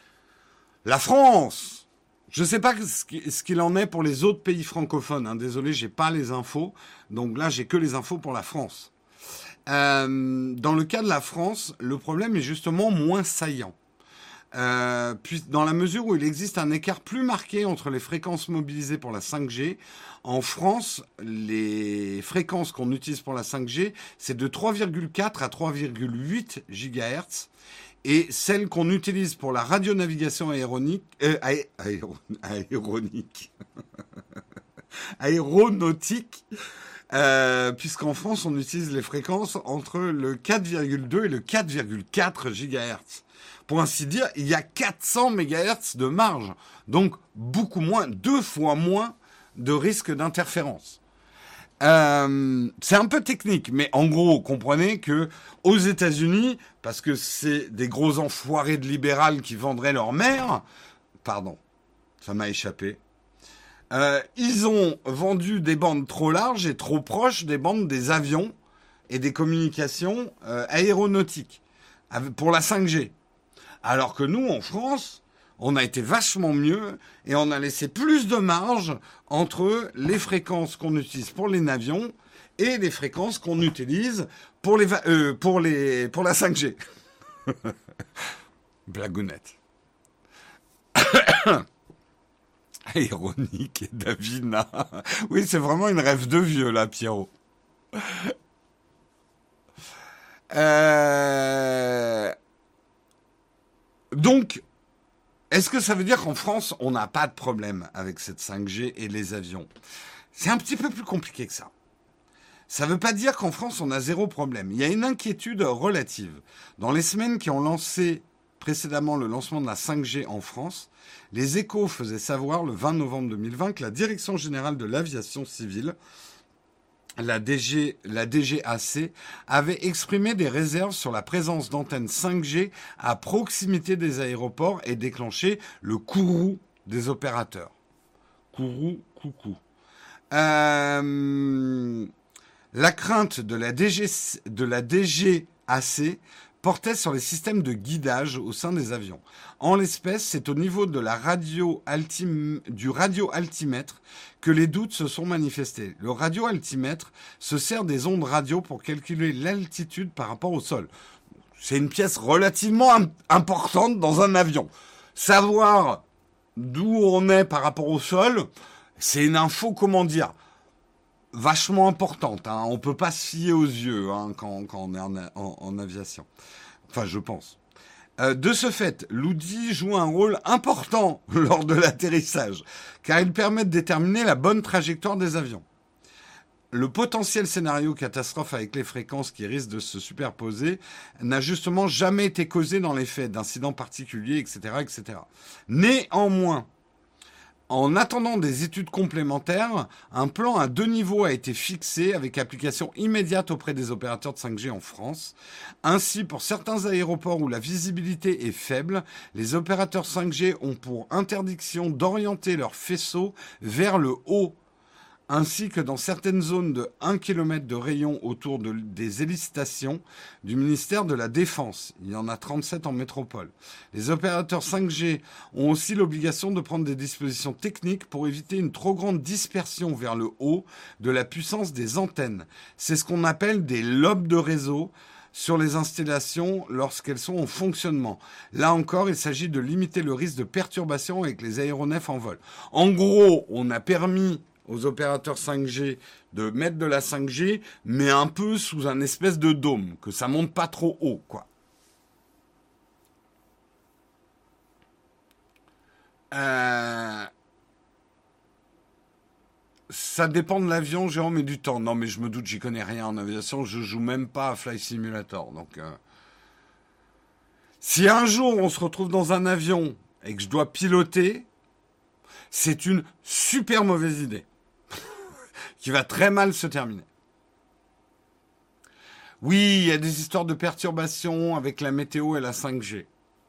La France! Je ne sais pas ce qu'il en est pour les autres pays francophones. Hein. Désolé, j'ai pas les infos. Donc là, j'ai que les infos pour la France. Euh, dans le cas de la France, le problème est justement moins saillant. Euh, puis, dans la mesure où il existe un écart plus marqué entre les fréquences mobilisées pour la cinq G, en France, les fréquences qu'on utilise pour la cinq G, c'est de trois virgule quatre à trois virgule huit gigahertz. Et celle qu'on utilise pour la radionavigation aéronique, euh, aé, aéro, aéronique, aéronautique, euh, puisqu'en France, on utilise les fréquences entre le quatre virgule deux et le quatre virgule quatre gigahertz. Pour ainsi dire, il y a quatre cents mégahertz de marge. Donc, beaucoup moins, deux fois moins de risque d'interférence. Euh, c'est un peu technique, mais en gros, comprenez que aux États-Unis, parce que c'est des gros enfoirés de libérales qui vendraient leur mère, pardon, ça m'a échappé, euh, ils ont vendu des bandes trop larges et trop proches des bandes des avions et des communications euh, aéronautiques pour la cinq G. Alors que nous, en France, on a été vachement mieux et on a laissé plus de marge entre les fréquences qu'on utilise pour les avions et les fréquences qu'on utilise pour, les, euh, pour, les, pour la cinq G. Blagounette. Ironique et Davina. Oui, c'est vraiment une rêve de vieux, là, Pierrot. Euh... Donc, est-ce que ça veut dire qu'en France, on n'a pas de problème avec cette cinq G et les avions? C'est un petit peu plus compliqué que ça. Ça ne veut pas dire qu'en France, on a zéro problème. Il y a une inquiétude relative. Dans les semaines qui ont lancé précédemment le lancement de la cinq G en France, les Échos faisaient savoir le vingt novembre deux mille vingt que la Direction générale de l'aviation civile, la, D G, la D G A C, avait exprimé des réserves sur la présence d'antennes cinq G à proximité des aéroports et déclenché le courroux des opérateurs. Courroux, coucou. Euh, la crainte de la, D G, de la D G A C portait sur les systèmes de guidage au sein des avions. En l'espèce, c'est au niveau de la radio altim, du radio-altimètre que les doutes se sont manifestés. Le radio-altimètre se sert des ondes radio pour calculer l'altitude par rapport au sol. C'est une pièce relativement importante dans un avion. Savoir d'où on est par rapport au sol, c'est une info, comment dire, vachement importante. Hein. On ne peut pas se fier aux yeux hein, quand, quand on est en, en, en aviation. Enfin, je pense. Euh, de ce fait, l'O D I joue un rôle important lors de l'atterrissage, car il permet de déterminer la bonne trajectoire des avions. Le potentiel scénario catastrophe avec les fréquences qui risquent de se superposer n'a justement jamais été causé dans les faits d'incidents particuliers, et cetera, et cetera. Néanmoins, en attendant des études complémentaires, un plan à deux niveaux a été fixé avec application immédiate auprès des opérateurs de cinq G en France. Ainsi, pour certains aéroports où la visibilité est faible, les opérateurs cinq G ont pour interdiction d'orienter leurs faisceaux vers le haut, ainsi que dans certaines zones de un kilomètre de rayon autour de, des hélistations du ministère de la Défense. Il y en a trente-sept en métropole. Les opérateurs cinq G ont aussi l'obligation de prendre des dispositions techniques pour éviter une trop grande dispersion vers le haut de la puissance des antennes. C'est ce qu'on appelle des lobes de réseau sur les installations lorsqu'elles sont en fonctionnement. Là encore, il s'agit de limiter le risque de perturbation avec les aéronefs en vol. En gros, on a permis aux opérateurs cinq G de mettre de la cinq G, mais un peu sous un espèce de dôme, que ça monte pas trop haut, quoi. Euh... Ça dépend de l'avion, Jérôme, et du temps. Non, mais je me doute, j'y connais rien en aviation, je joue même pas à Flight Simulator, donc... Euh... Si un jour on se retrouve dans un avion et que je dois piloter, c'est une super mauvaise idée. Qui va très mal se terminer. Oui, il y a des histoires de perturbations avec la météo et la cinq G.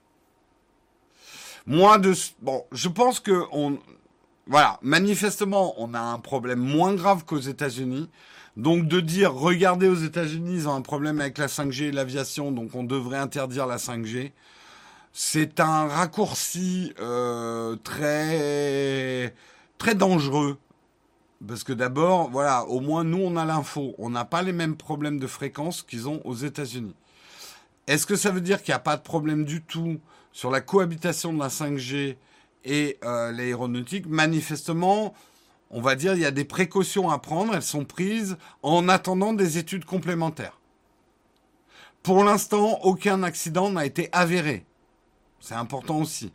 Moi, de, bon, je pense que on, voilà, manifestement, on a un problème moins grave qu'aux États-Unis. Donc de dire, regardez, aux États-Unis, ils ont un problème avec la cinq G et l'aviation, donc on devrait interdire la cinq G. C'est un raccourci euh, très très dangereux. Parce que d'abord, voilà, au moins nous on a l'info. On n'a pas les mêmes problèmes de fréquence qu'ils ont aux États-Unis. Est-ce que ça veut dire qu'il n'y a pas de problème du tout sur la cohabitation de la cinq G et euh, l'aéronautique? Manifestement, on va dire il y a des précautions à prendre. Elles sont prises en attendant des études complémentaires. Pour l'instant, aucun accident n'a été avéré. C'est important aussi.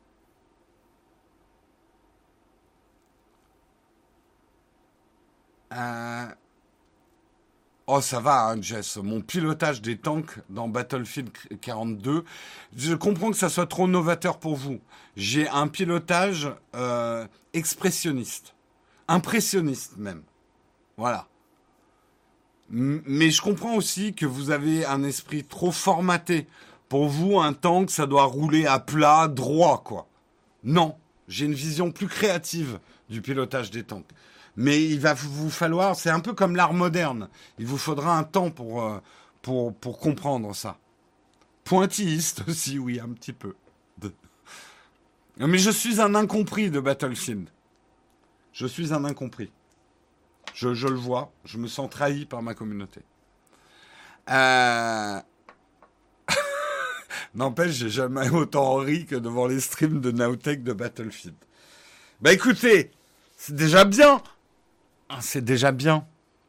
Euh... Oh, ça va, hein, Jess. Mon pilotage des tanks dans Battlefield quarante-deux, je comprends que ça soit trop novateur pour vous. J'ai un pilotage euh, expressionniste. Impressionniste, même. Voilà. M- mais je comprends aussi que vous avez un esprit trop formaté. Pour vous, un tank, ça doit rouler à plat, droit, quoi. Non. J'ai une vision plus créative du pilotage des tanks. Mais il va vous falloir, c'est un peu comme l'art moderne, il vous faudra un temps pour, euh, pour, pour comprendre ça. Pointilliste aussi, oui, un petit peu. De... Mais je suis un incompris de Battlefield. Je suis un incompris. Je, je le vois, je me sens trahi par ma communauté. Euh... N'empêche, j'ai jamais autant ri que devant les streams de Nowtech de Battlefield. Bah écoutez, c'est déjà bien. C'est déjà bien.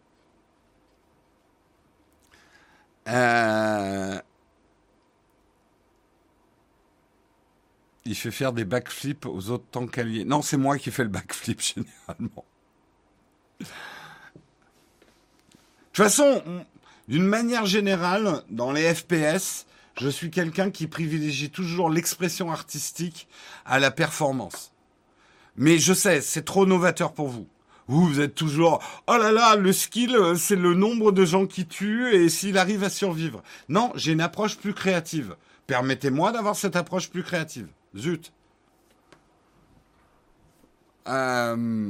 Euh... Il fait faire des backflips aux autres tankaliers. Non, c'est moi qui fais le backflip généralement. De toute façon, d'une manière générale, dans les F P S, je suis quelqu'un qui privilégie toujours l'expression artistique à la performance. Mais je sais, c'est trop novateur pour vous. Vous, vous êtes toujours « Oh là là, le skill, c'est le nombre de gens qui tuent et s'il arrive à survivre. » Non, j'ai une approche plus créative. Permettez-moi d'avoir cette approche plus créative. Zut. Euh...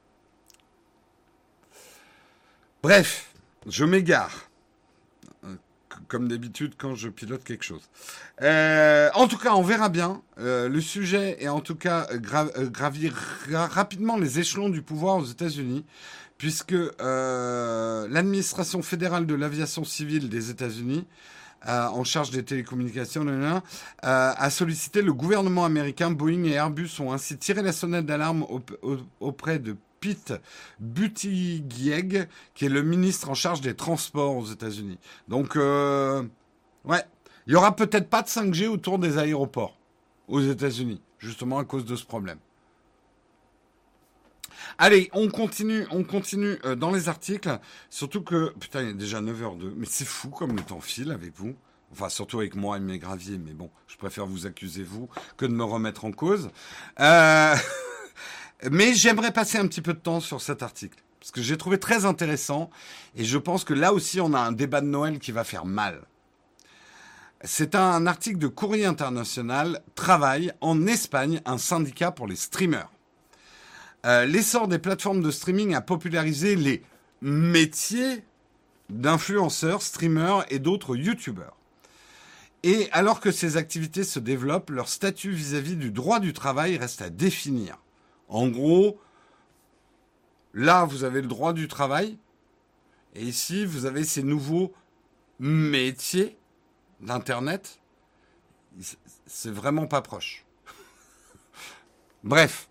Bref, je m'égare. Comme d'habitude quand je pilote quelque chose. Euh, en tout cas, on verra bien. Euh, le sujet est en tout cas gra- euh, gravir ra- rapidement les échelons du pouvoir aux États-Unis, puisque euh, l'administration fédérale de l'aviation civile des États-Unis, euh, en charge des télécommunications, là, là, euh, a sollicité le gouvernement américain. Boeing et Airbus ont ainsi tiré la sonnette d'alarme au- au- auprès de Pete Buttigieg, qui est le ministre en charge des transports aux États-Unis. Donc, euh, ouais, il y aura peut-être pas de cinq G autour des aéroports aux États-Unis, justement à cause de ce problème. Allez, on continue, on continue euh, dans les articles. Surtout que, putain, il est déjà neuf heures deux, mais c'est fou comme le temps file avec vous. Enfin, surtout avec moi et mes graviers, mais bon, je préfère vous accuser, vous, que de me remettre en cause. Euh... Mais j'aimerais passer un petit peu de temps sur cet article, parce que j'ai trouvé très intéressant, et je pense que là aussi, on a un débat de Noël qui va faire mal. C'est un article de Courrier International, Travail, en Espagne, un syndicat pour les streamers. Euh, l'essor des plateformes de streaming a popularisé les métiers d'influenceurs, streamers et d'autres youtubeurs. Et alors que ces activités se développent, leur statut vis-à-vis du droit du travail reste à définir. En gros, là, vous avez le droit du travail, et ici, vous avez ces nouveaux métiers d'Internet. C'est vraiment pas proche. Bref.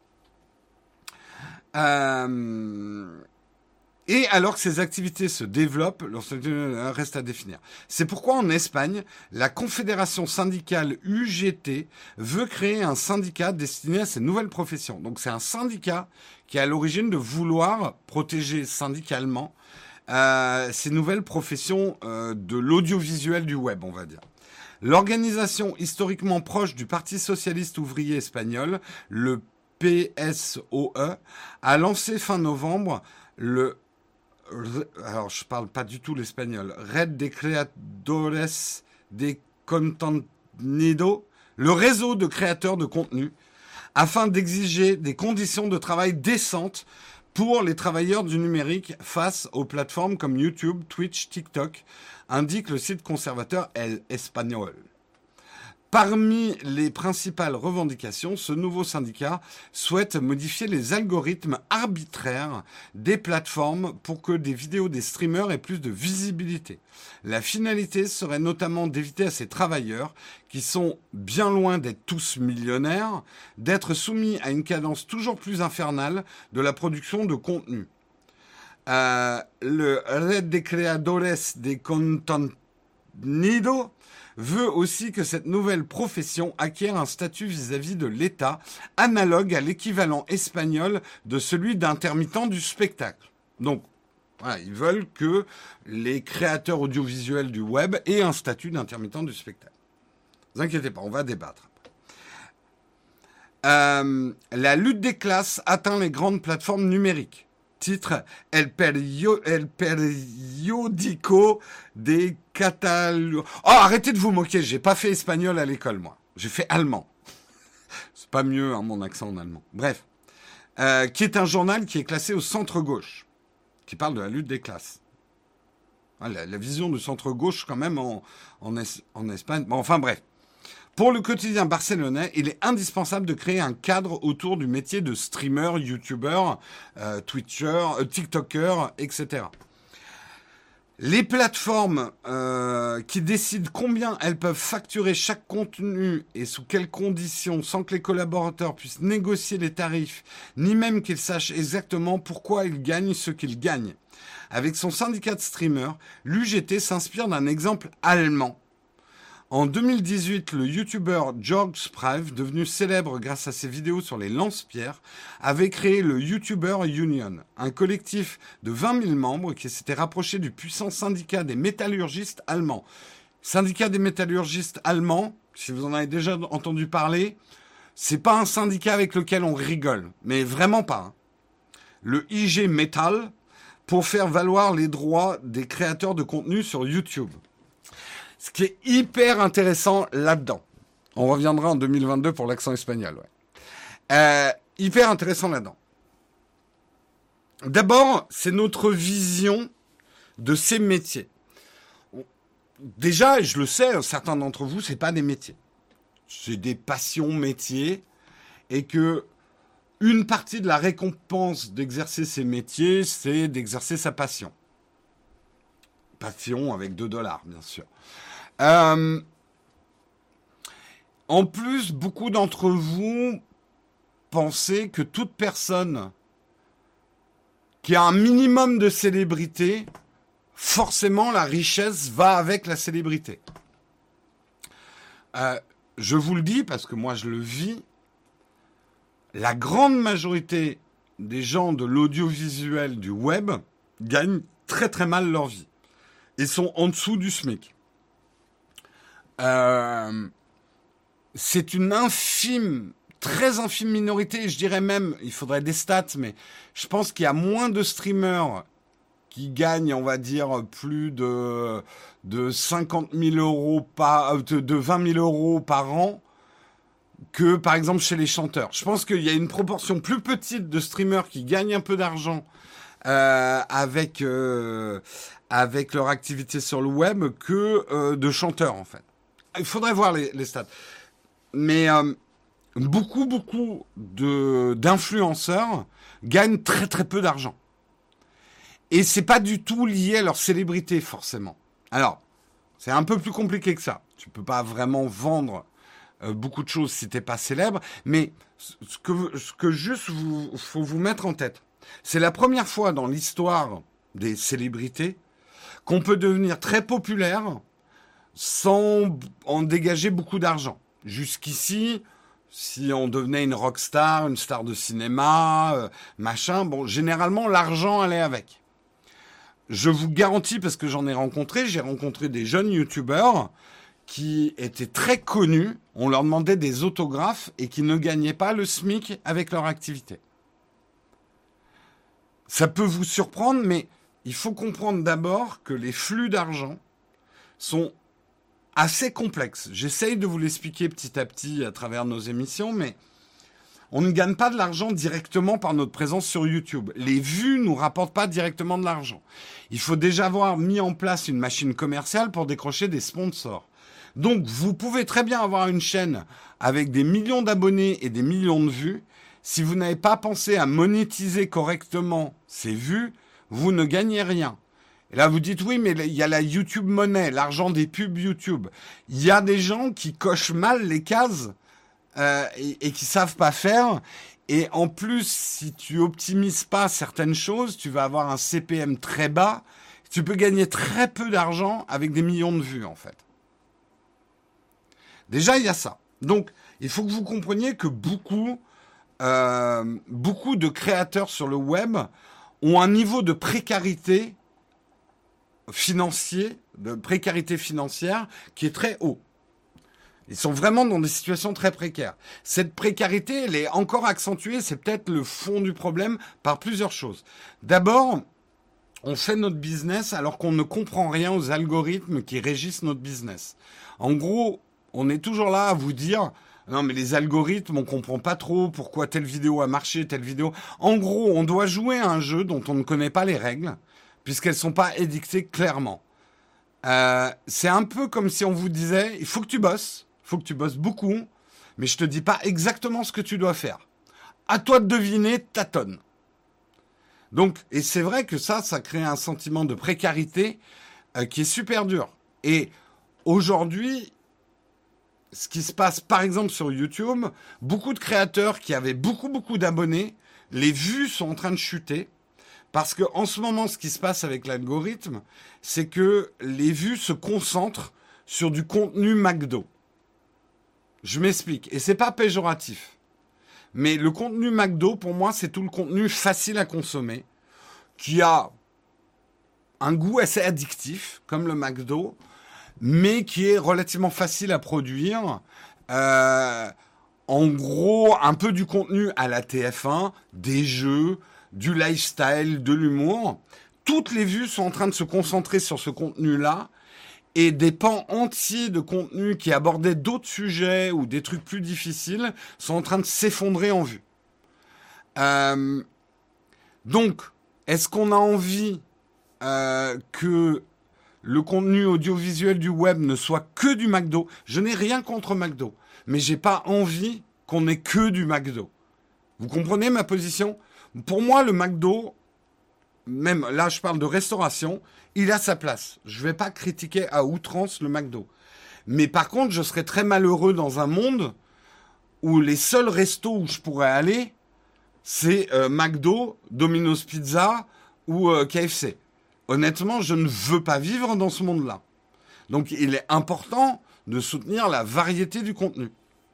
Euh... Et alors que ces activités se développent, leur statut reste à définir. C'est pourquoi en Espagne, la Confédération syndicale U G T veut créer un syndicat destiné à ces nouvelles professions. Donc c'est un syndicat qui est à l'origine de vouloir protéger syndicalement euh, ces nouvelles professions euh, de l'audiovisuel du web, on va dire. L'organisation historiquement proche du Parti socialiste ouvrier espagnol, le P S O E, a lancé fin novembre le alors je parle pas du tout l'espagnol, Red de Creadores de Contenido, le réseau de créateurs de contenu, afin d'exiger des conditions de travail décentes pour les travailleurs du numérique face aux plateformes comme YouTube, Twitch, TikTok, indique le site conservateur El Español. Parmi les principales revendications, ce nouveau syndicat souhaite modifier les algorithmes arbitraires des plateformes pour que des vidéos des streamers aient plus de visibilité. La finalité serait notamment d'éviter à ces travailleurs, qui sont bien loin d'être tous millionnaires, d'être soumis à une cadence toujours plus infernale de la production de contenu. Euh, le Red de Creadores de Contenido veut aussi que cette nouvelle profession acquiert un statut vis-à-vis de l'État analogue à l'équivalent espagnol de celui d'intermittent du spectacle. Donc, voilà, ils veulent que les créateurs audiovisuels du web aient un statut d'intermittent du spectacle. Ne vous inquiétez pas, on va débattre. Euh, la lutte des classes atteint les grandes plateformes numériques. Titre El, Perio, El Periódico de Catalunya. Oh, arrêtez de vous moquer, j'ai pas fait espagnol à l'école, moi. J'ai fait allemand. C'est pas mieux, hein, mon accent en allemand. Bref. Euh, qui est un journal qui est classé au centre-gauche, qui parle de la lutte des classes. La, la vision du centre-gauche, quand même, en, en, es, en Espagne. Bon, enfin, bref. Pour le quotidien barcelonais, il est indispensable de créer un cadre autour du métier de streamer, youtubeur, euh, twitcher, euh, tiktoker, et cetera. Les plateformes euh, qui décident combien elles peuvent facturer chaque contenu et sous quelles conditions, sans que les collaborateurs puissent négocier les tarifs, ni même qu'ils sachent exactement pourquoi ils gagnent ce qu'ils gagnent. Avec son syndicat de streamers, l'U G T s'inspire d'un exemple allemand. En deux mille dix-huit, le youtubeur George Sprive, devenu célèbre grâce à ses vidéos sur les lance-pierres, avait créé le YouTuber Union, un collectif de vingt mille membres qui s'était rapproché du puissant syndicat des métallurgistes allemands. Syndicat des métallurgistes allemands, si vous en avez déjà entendu parler, c'est pas un syndicat avec lequel on rigole, mais vraiment pas. Hein. Le I G Metall, pour faire valoir les droits des créateurs de contenu sur YouTube. Ce qui est hyper intéressant là-dedans. On reviendra en deux mille vingt-deux pour l'accent espagnol. Ouais. Euh, hyper intéressant là-dedans. D'abord, c'est notre vision de ces métiers. Déjà, je le sais, certains d'entre vous, c'est pas des métiers. C'est des passions métiers. Et que une partie de la récompense d'exercer ces métiers, c'est d'exercer sa passion. Passion avec deux dollars, bien sûr. Euh, en plus, beaucoup d'entre vous pensez que toute personne qui a un minimum de célébrité, forcément la richesse va avec la célébrité. Euh, je vous le dis parce que moi je le vis, la grande majorité des gens de l'audiovisuel du web gagnent très très mal leur vie et sont en dessous du SMIC. Euh, c'est une infime, très infime minorité, je dirais même, il faudrait des stats, mais je pense qu'il y a moins de streamers qui gagnent, on va dire, plus de, de cinquante mille euros par, de, de vingt mille euros par an que, par exemple, chez les chanteurs. Je pense qu'il y a une proportion plus petite de streamers qui gagnent un peu d'argent euh, avec, euh, avec leur activité sur le web que euh, de chanteurs, en fait. Il faudrait voir les, les stats. Mais euh, beaucoup, beaucoup de, d'influenceurs gagnent très, très peu d'argent. Et c'est pas du tout lié à leur célébrité, forcément. Alors, c'est un peu plus compliqué que ça. Tu peux pas vraiment vendre euh, beaucoup de choses si t'es pas célèbre. Mais ce que, ce que juste vous, faut vous mettre en tête, c'est la première fois dans l'histoire des célébrités qu'on peut devenir très populaire sans en dégager beaucoup d'argent. Jusqu'ici, si on devenait une rockstar, une star de cinéma, euh, machin, bon, généralement, l'argent allait avec. Je vous garantis, parce que j'en ai rencontré, j'ai rencontré des jeunes youtubeurs qui étaient très connus, on leur demandait des autographes et qui ne gagnaient pas le SMIC avec leur activité. Ça peut vous surprendre, mais il faut comprendre d'abord que les flux d'argent sont assez complexe. J'essaye de vous l'expliquer petit à petit à travers nos émissions, mais on ne gagne pas de l'argent directement par notre présence sur YouTube. Les vues nous rapportent pas directement de l'argent. Il faut déjà avoir mis en place une machine commerciale pour décrocher des sponsors. Donc, vous pouvez très bien avoir une chaîne avec des millions d'abonnés et des millions de vues. Si vous n'avez pas pensé à monétiser correctement ces vues, vous ne gagnez rien. Et là, vous dites, oui, mais il y a la YouTube Money, l'argent des pubs YouTube. Il y a des gens qui cochent mal les cases euh, et, et qui savent pas faire. Et en plus, si tu optimises pas certaines choses, tu vas avoir un C P M très bas. Tu peux gagner très peu d'argent avec des millions de vues, en fait. Déjà, il y a ça. Donc, il faut que vous compreniez que beaucoup, euh, beaucoup de créateurs sur le web ont un niveau de précarité financier, de précarité financière qui est très haut. Ils sont vraiment dans des situations très précaires. Cette précarité, elle est encore accentuée, c'est peut-être le fond du problème, par plusieurs choses. D'abord, on fait notre business alors qu'on ne comprend rien aux algorithmes qui régissent notre business. En gros, on est toujours là à vous dire « Non, mais les algorithmes, on comprend pas trop pourquoi telle vidéo a marché, telle vidéo... » En gros, on doit jouer à un jeu dont on ne connaît pas les règles, puisqu'elles ne sont pas édictées clairement. Euh, c'est un peu comme si on vous disait, il faut que tu bosses, il faut que tu bosses beaucoup, mais je te dis pas exactement ce que tu dois faire. À toi de deviner, tâtonne. Donc, et c'est vrai que ça, ça crée un sentiment de précarité euh, qui est super dur. Et aujourd'hui, ce qui se passe par exemple sur YouTube, beaucoup de créateurs qui avaient beaucoup beaucoup d'abonnés, les vues sont en train de chuter. Parce que en ce moment, ce qui se passe avec l'algorithme, c'est que les vues se concentrent sur du contenu McDo. Je m'explique, et c'est pas péjoratif. Mais le contenu McDo, pour moi, c'est tout le contenu facile à consommer, qui a un goût assez addictif, comme le McDo, mais qui est relativement facile à produire. Euh, en gros, un peu du contenu à la T F un, des jeux, du lifestyle, de l'humour. Toutes les vues sont en train de se concentrer sur ce contenu-là, et des pans entiers de contenu qui abordaient d'autres sujets ou des trucs plus difficiles sont en train de s'effondrer en vue. Euh, donc, est-ce qu'on a envie euh, que le contenu audiovisuel du web ne soit que du McDo? Je n'ai rien contre McDo, mais j'ai pas envie qu'on ait que du McDo. Vous comprenez ma position? Pour moi, le McDo, même là, je parle de restauration, il a sa place. Je ne vais pas critiquer à outrance le McDo. Mais par contre, je serais très malheureux dans un monde où les seuls restos où je pourrais aller, c'est euh, McDo, Domino's Pizza ou euh, K F C. Honnêtement, je ne veux pas vivre dans ce monde-là. Donc, il est important de soutenir la variété du contenu.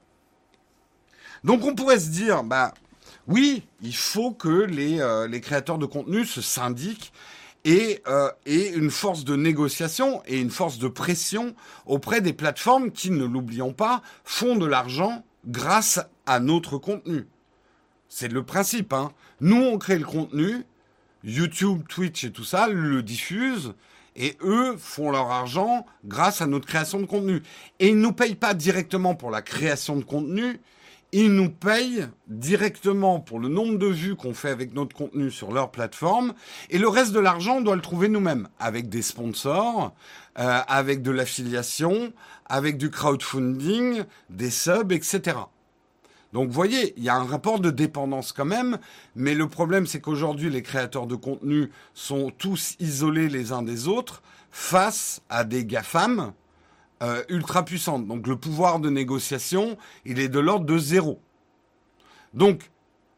Donc, on pourrait se dire, bah, oui, il faut que les, euh, les créateurs de contenu se syndiquent et euh, aient une force de négociation et une force de pression auprès des plateformes qui, ne l'oublions pas, font de l'argent grâce à notre contenu. C'est le principe, hein. Nous, on crée le contenu, YouTube, Twitch et tout ça le diffusent, et eux font leur argent grâce à notre création de contenu. Et ils ne nous payent pas directement pour la création de contenu, ils nous payent directement pour le nombre de vues qu'on fait avec notre contenu sur leur plateforme, et le reste de l'argent, on doit le trouver nous-mêmes, avec des sponsors, euh, avec de l'affiliation, avec du crowdfunding, des subs, et cetera. Donc vous voyez, il y a un rapport de dépendance quand même, mais le problème c'est qu'aujourd'hui les créateurs de contenu sont tous isolés les uns des autres face à des GAFAM euh, ultra puissantes. Donc le pouvoir de négociation, il est de l'ordre de zéro. Donc,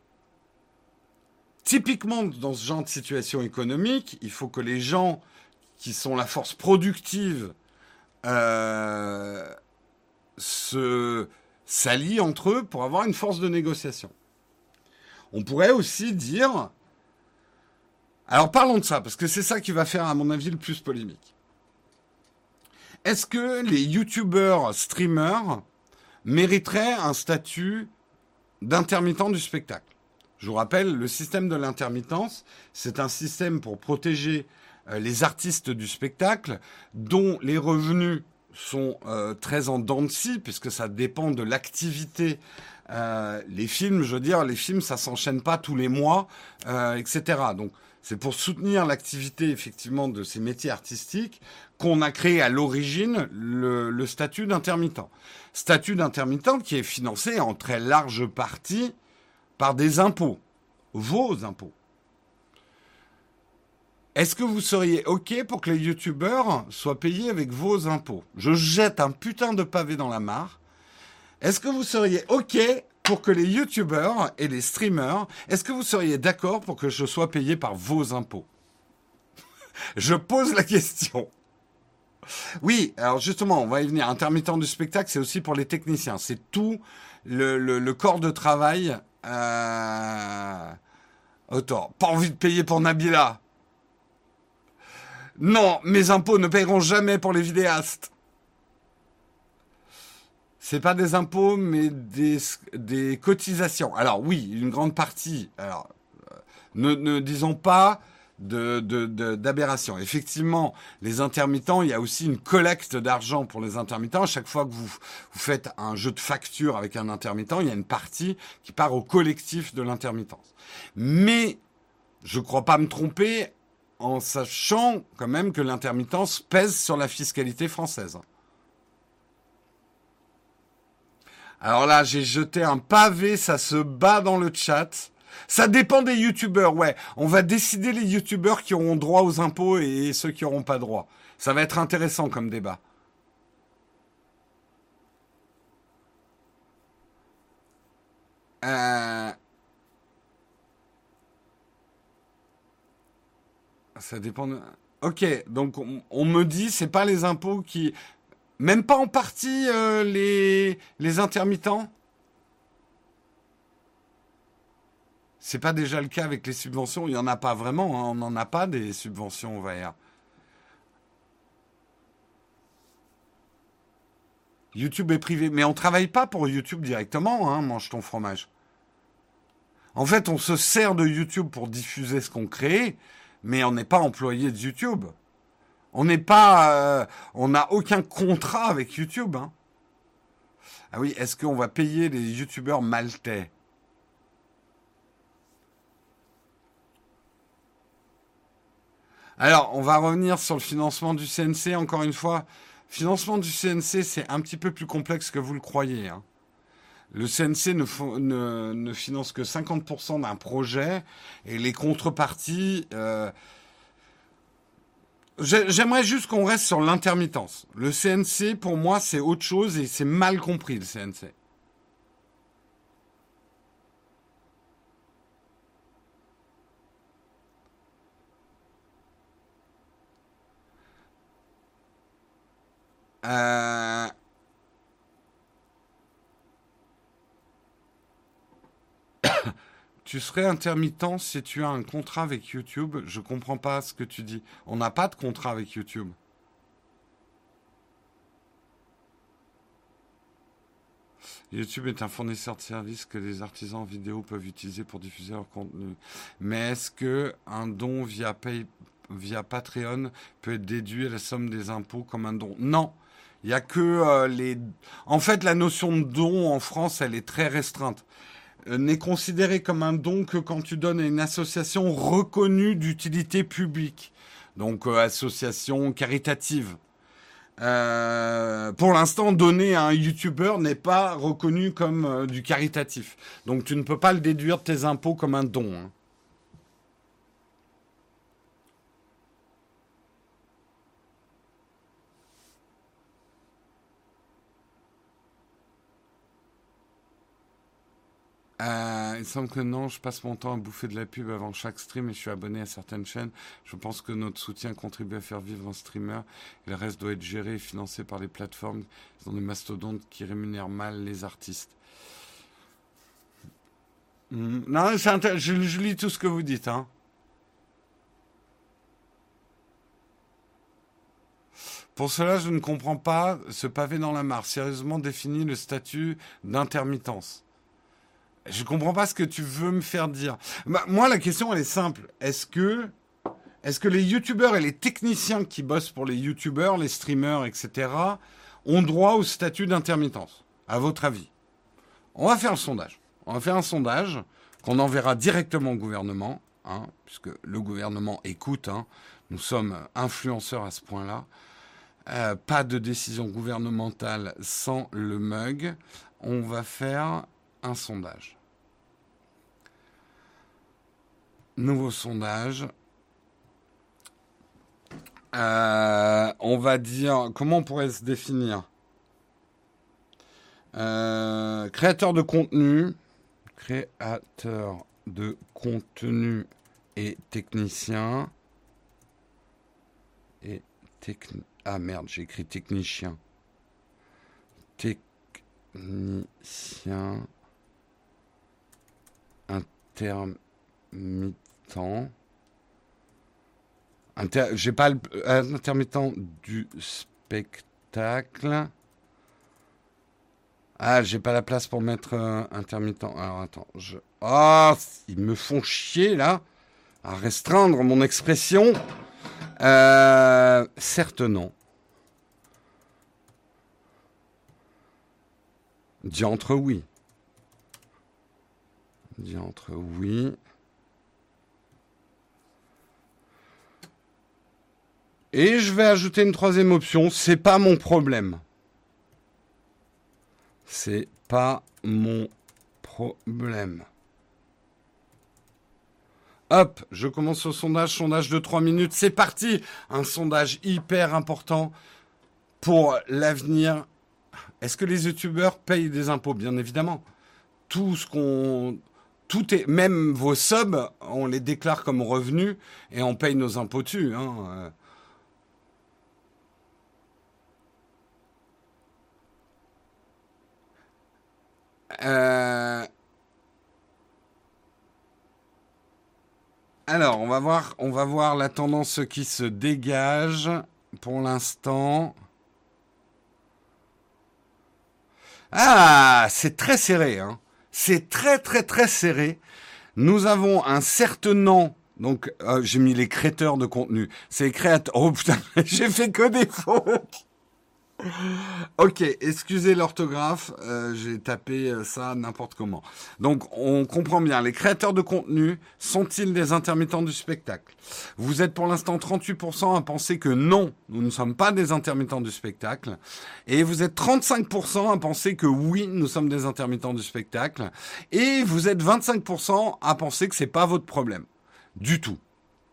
typiquement dans ce genre de situation économique, il faut que les gens qui sont la force productive euh, se... s'allient entre eux pour avoir une force de négociation. On pourrait aussi dire... Alors parlons de ça, parce que c'est ça qui va faire, à mon avis, le plus polémique. Est-ce que les youtubeurs, streamers mériteraient un statut d'intermittent du spectacle? Je vous rappelle, le système de l'intermittence, c'est un système pour protéger euh, les artistes du spectacle, dont les revenus sont euh, très en dents de scie, puisque ça dépend de l'activité. Euh, les films, je veux dire, les films, ça s'enchaîne pas tous les mois, euh, et cetera. Donc, c'est pour soutenir l'activité, effectivement, de ces métiers artistiques qu'on a créé à l'origine le, le statut d'intermittent. Statut d'intermittent qui est financé en très large partie par des impôts, vos impôts. Est-ce que vous seriez OK pour que les youtubeurs soient payés avec vos impôts? Je jette un putain de pavé dans la mare. Est-ce que vous seriez OK pour que les youtubeurs et les streamers, est-ce que vous seriez d'accord pour que je sois payé par vos impôts? Je pose la question. Oui, alors justement, on va y venir. Intermittent du spectacle, c'est aussi pour les techniciens. C'est tout le, le, le corps de travail. Euh... Autant, pas envie de payer pour Nabila. Non, mes impôts ne paieront jamais pour les vidéastes. C'est pas des impôts, mais des, des cotisations. Alors oui, une grande partie. Alors, euh, ne, ne disons pas de, de, de, d'aberration. Effectivement, les intermittents, il y a aussi une collecte d'argent pour les intermittents. À chaque fois que vous, vous faites un jeu de facture avec un intermittent, il y a une partie qui part au collectif de l'intermittence. Mais, je ne crois pas me tromper, en sachant quand même que l'intermittence pèse sur la fiscalité française. Alors là, j'ai jeté un pavé, ça se bat dans le chat. Ça dépend des youtubeurs, ouais. On va décider les youtubeurs qui auront droit aux impôts et ceux qui n'auront pas droit. Ça va être intéressant comme débat. Euh... Ça dépend de... Ok, donc on, on me dit, c'est pas les impôts qui... Même pas en partie euh, les, les intermittents? C'est pas déjà le cas avec les subventions? Il n'y en a pas vraiment, hein. On n'en a pas des subventions, on va dire. YouTube est privé. Mais on travaille pas pour YouTube directement, hein, mange ton fromage. En fait, on se sert de YouTube pour diffuser ce qu'on crée, mais on n'est pas employé de YouTube. On n'est pas... euh, on n'a aucun contrat avec YouTube, hein. Ah oui, est-ce qu'on va payer les youtubeurs maltais? Alors, on va revenir sur le financement du C N C, encore une fois. Financement du C N C, c'est un petit peu plus complexe que vous le croyez, hein. Le C N C ne, fo- ne- ne finance que cinquante pour cent d'un projet et les contreparties... euh, j'ai- J'aimerais juste qu'on reste sur l'intermittence. Le C N C, pour moi, c'est autre chose et c'est mal compris, le C N C. Euh, Tu serais intermittent si tu as un contrat avec YouTube. Je comprends pas ce que tu dis. On n'a pas de contrat avec YouTube. YouTube est un fournisseur de services que les artisans vidéo peuvent utiliser pour diffuser leur contenu. Mais est-ce que un don via Pay, via Patreon peut être déduit à la somme des impôts comme un don? Non. Il y a que euh, les. En fait, la notion de don en France, elle est très restreinte. Euh, n'est considéré comme un don que quand tu donnes à une association reconnue d'utilité publique. Donc, euh, association caritative. Euh, pour l'instant, donner à un youtubeur n'est pas reconnu comme euh, du caritatif. Donc, tu ne peux pas le déduire de tes impôts comme un don, hein. Euh, il semble que non, je passe mon temps à bouffer de la pub avant chaque stream et je suis abonné à certaines chaînes. Je pense que notre soutien contribue à faire vivre un streamer. Et le reste doit être géré et financé par les plateformes. Ils ont des mastodontes qui rémunèrent mal les artistes. Hmm, non, c'est intér- je, je lis tout ce que vous dites, hein. Pour cela, je ne comprends pas ce pavé dans la mare. Sérieusement définit le statut d'intermittence. Je comprends pas ce que tu veux me faire dire. Bah, moi, la question, elle est simple. Est-ce que, est-ce que les youtubeurs et les techniciens qui bossent pour les youtubeurs, les streamers, et cetera, ont droit au statut d'intermittence, à votre avis? On va faire un sondage. On va faire un sondage qu'on enverra directement au gouvernement, hein, puisque le gouvernement écoute, hein. Nous sommes influenceurs à ce point-là. Euh, pas de décision gouvernementale sans le mug. On va faire un sondage. Nouveau sondage. Euh, on va dire... Comment on pourrait se définir? Euh, Créateur de contenu. Créateur de contenu et technicien. Et technicien. Ah merde, j'ai écrit technicien. Technicien intermittent. Inter... J'ai pas le... intermittent du spectacle. Ah, j'ai pas la place pour mettre euh, intermittent. Alors attends, je... Ah, ils me font chier là à restreindre mon expression. Euh, certes non. Diantre oui. Diantre oui. Et je vais ajouter une troisième option, c'est pas mon problème. C'est pas mon problème. Hop, je commence au sondage, sondage de trois minutes, c'est parti. Un sondage hyper important pour l'avenir. Est-ce que les youtubeurs payent des impôts? Bien évidemment. Tout ce qu'on... Tout est... Même vos subs, on les déclare comme revenus et on paye nos impôts dessus. Hein. Euh... Alors, on va voir, on va voir la tendance qui se dégage pour l'instant. Ah, c'est très serré, hein. C'est très très très serré. Nous avons un certain donc euh, j'ai mis les créateurs de contenu. C'est les créateurs. Oh putain, j'ai fait que des fautes. Ok, excusez l'orthographe, euh, j'ai tapé ça n'importe comment. Donc, on comprend bien, les créateurs de contenu sont-ils des intermittents du spectacle? Vous êtes pour l'instant trente-huit pour cent à penser que non, nous ne sommes pas des intermittents du spectacle. Et vous êtes trente-cinq pour cent à penser que oui, nous sommes des intermittents du spectacle. Et vous êtes vingt-cinq pour cent à penser que c'est pas votre problème. Du tout.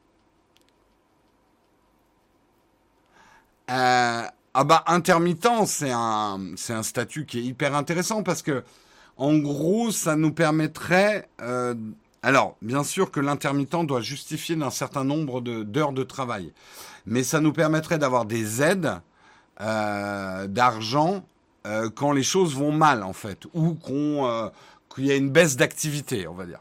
Euh... Ah bah intermittent, c'est un c'est un statut qui est hyper intéressant parce que en gros ça nous permettrait euh, alors bien sûr que l'intermittent doit justifier d'un certain nombre de, d'heures de travail, mais ça nous permettrait d'avoir des aides euh, d'argent euh, quand les choses vont mal en fait ou qu'on euh, qu'il y a une baisse d'activité, on va dire.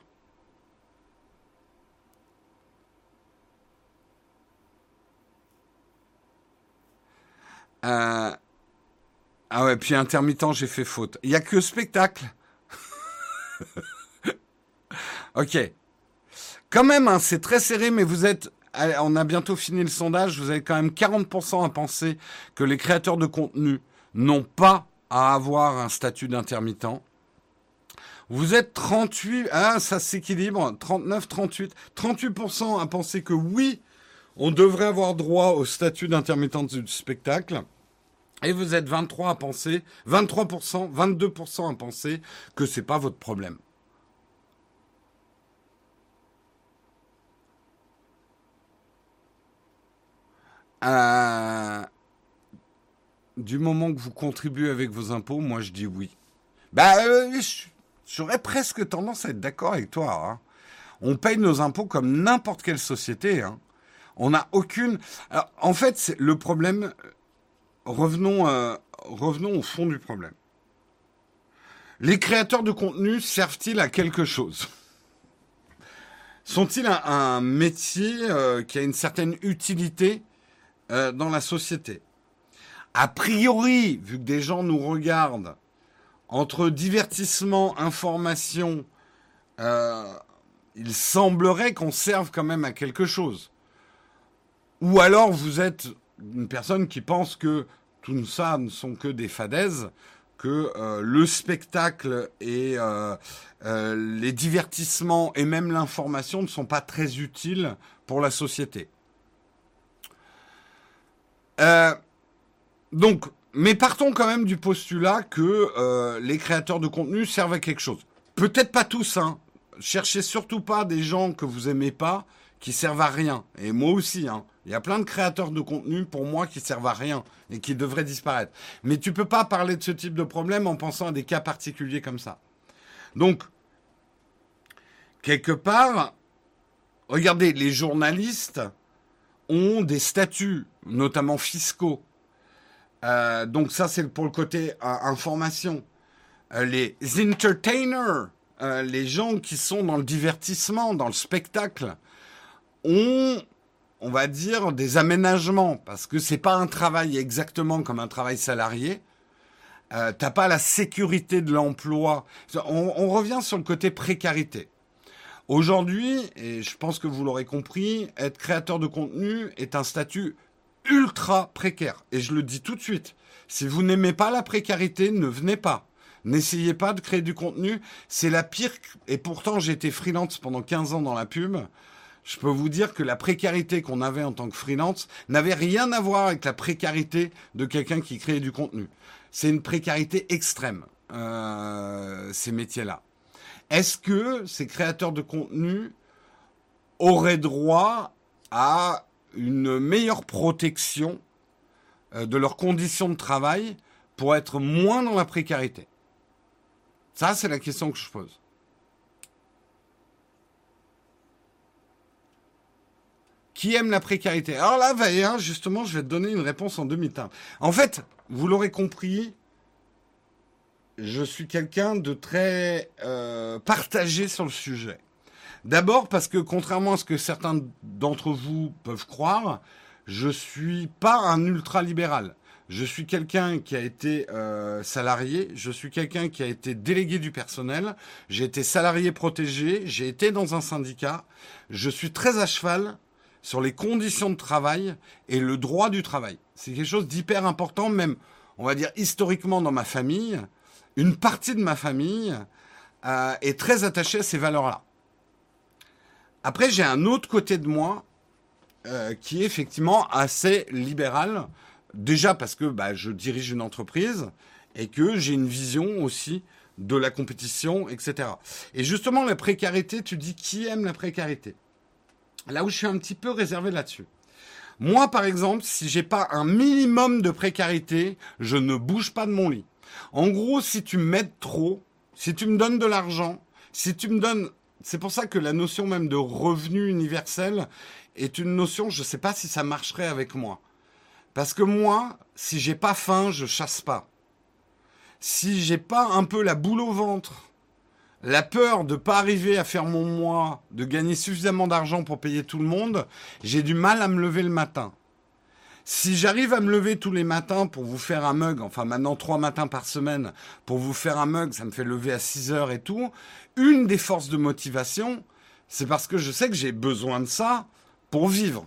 Euh, Ah ouais, puis intermittent, j'ai fait faute. Il y a que spectacle. Ok. Quand même, hein, c'est très serré, mais vous êtes... On a bientôt fini le sondage. Vous avez quand même quarante pour cent à penser que les créateurs de contenu n'ont pas à avoir un statut d'intermittent. Vous êtes trente-huit... Ah, ça s'équilibre. trente-neuf, trente-huit. trente-huit pour cent à penser que oui, on devrait avoir droit au statut d'intermittent du spectacle. Et vous êtes vingt-trois à penser, vingt-trois pour cent, vingt-deux pour cent à penser que c'est pas votre problème. Euh, du moment que vous contribuez avec vos impôts, moi je dis oui. Bah, euh, j'aurais presque tendance à être d'accord avec toi. Hein. On paye nos impôts comme n'importe quelle société. Hein. On n'a aucune... Alors, en fait, c'est le problème... Revenons, euh, revenons au fond du problème. Les créateurs de contenu servent-ils à quelque chose? Sont-ils un, un métier euh, qui a une certaine utilité euh, dans la société? A priori, vu que des gens nous regardent, entre divertissement, information, euh, il semblerait qu'on serve quand même à quelque chose. Ou alors vous êtes une personne qui pense que tout ça ne sont que des fadaises, que euh, le spectacle et euh, euh, les divertissements et même l'information ne sont pas très utiles pour la société. Euh, donc, mais partons quand même du postulat que euh, les créateurs de contenu servent à quelque chose. Peut-être pas tous, hein. Cherchez surtout pas des gens que vous aimez pas qui servent à rien. Et moi aussi, hein. Il y a plein de créateurs de contenu, pour moi, qui servent à rien et qui devraient disparaître. Mais tu peux pas parler de ce type de problème en pensant à des cas particuliers comme ça. Donc, quelque part, regardez, les journalistes ont des statuts, notamment fiscaux. Euh, donc ça, c'est pour le côté euh, information. Euh, les entertainers, euh, les gens qui sont dans le divertissement, dans le spectacle, ont... on va dire, des aménagements, parce que c'est pas un travail exactement comme un travail salarié. Euh, t'as pas la sécurité de l'emploi. On, on revient sur le côté précarité. Aujourd'hui, et je pense que vous l'aurez compris, être créateur de contenu est un statut ultra précaire. Et je le dis tout de suite. Si vous n'aimez pas la précarité, ne venez pas. N'essayez pas de créer du contenu. C'est la pire... Et pourtant, j'ai été freelance pendant quinze ans dans la pub. je peux vous dire que la précarité qu'on avait en tant que freelance n'avait rien à voir avec la précarité de quelqu'un qui créait du contenu. C'est une précarité extrême, euh, ces métiers-là. Est-ce que ces créateurs de contenu auraient droit à une meilleure protection euh, de leurs conditions de travail pour être moins dans la précarité? Ça, c'est la question que je pose. Qui aime la précarité? Alors là, Valéa, justement, je vais te donner une réponse en demi-teinte. En fait, vous l'aurez compris, je suis quelqu'un de très euh, partagé sur le sujet. D'abord parce que, contrairement à ce que certains d'entre vous peuvent croire, je suis pas un ultra-libéral. Je suis quelqu'un qui a été euh, salarié, je suis quelqu'un qui a été délégué du personnel, j'ai été salarié protégé, j'ai été dans un syndicat, je suis très à cheval sur les conditions de travail et le droit du travail. C'est quelque chose d'hyper important, même, on va dire, historiquement dans ma famille. Une partie de ma famille euh, est très attachée à ces valeurs-là. Après, j'ai un autre côté de moi euh, qui est effectivement assez libéral. Déjà parce que bah, je dirige une entreprise et que j'ai une vision aussi de la compétition, et cetera. Et justement, la précarité, tu dis qui aime la précarité? Là où je suis un petit peu réservé là-dessus. Moi, par exemple, si j'ai pas un minimum de précarité, je ne bouge pas de mon lit. En gros, si tu m'aides trop, si tu me donnes de l'argent, si tu me donnes... C'est pour ça que la notion même de revenu universel est une notion, je ne sais pas si ça marcherait avec moi. Parce que moi, si j'ai pas faim, je chasse pas. Si j'ai pas un peu la boule au ventre, la peur de pas arriver à faire mon mois, de gagner suffisamment d'argent pour payer tout le monde, j'ai du mal à me lever le matin. Si j'arrive à me lever tous les matins pour vous faire un mug, enfin maintenant trois matins par semaine, pour vous faire un mug, ça me fait lever à six heures et tout, une des forces de motivation, c'est parce que je sais que j'ai besoin de ça pour vivre.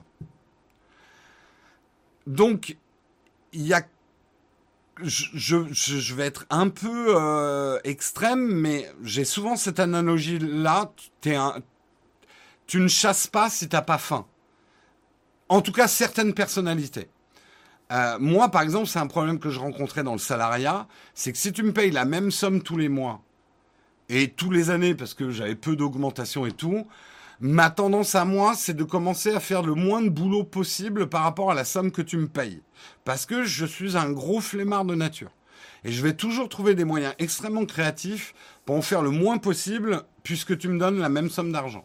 Donc, il y a... Je, je, je vais être un peu euh, extrême, mais j'ai souvent cette analogie-là. T'es un, tu ne chasses pas si t'as pas faim. En tout cas, certaines personnalités. Euh, moi, par exemple, c'est un problème que je rencontrais dans le salariat, c'est que si tu me payes la même somme tous les mois, et tous les années, parce que j'avais peu d'augmentation et tout, ma tendance à moi, c'est de commencer à faire le moins de boulot possible par rapport à la somme que tu me payes. Parce que je suis un gros flemmard de nature. Et je vais toujours trouver des moyens extrêmement créatifs pour en faire le moins possible, puisque tu me donnes la même somme d'argent.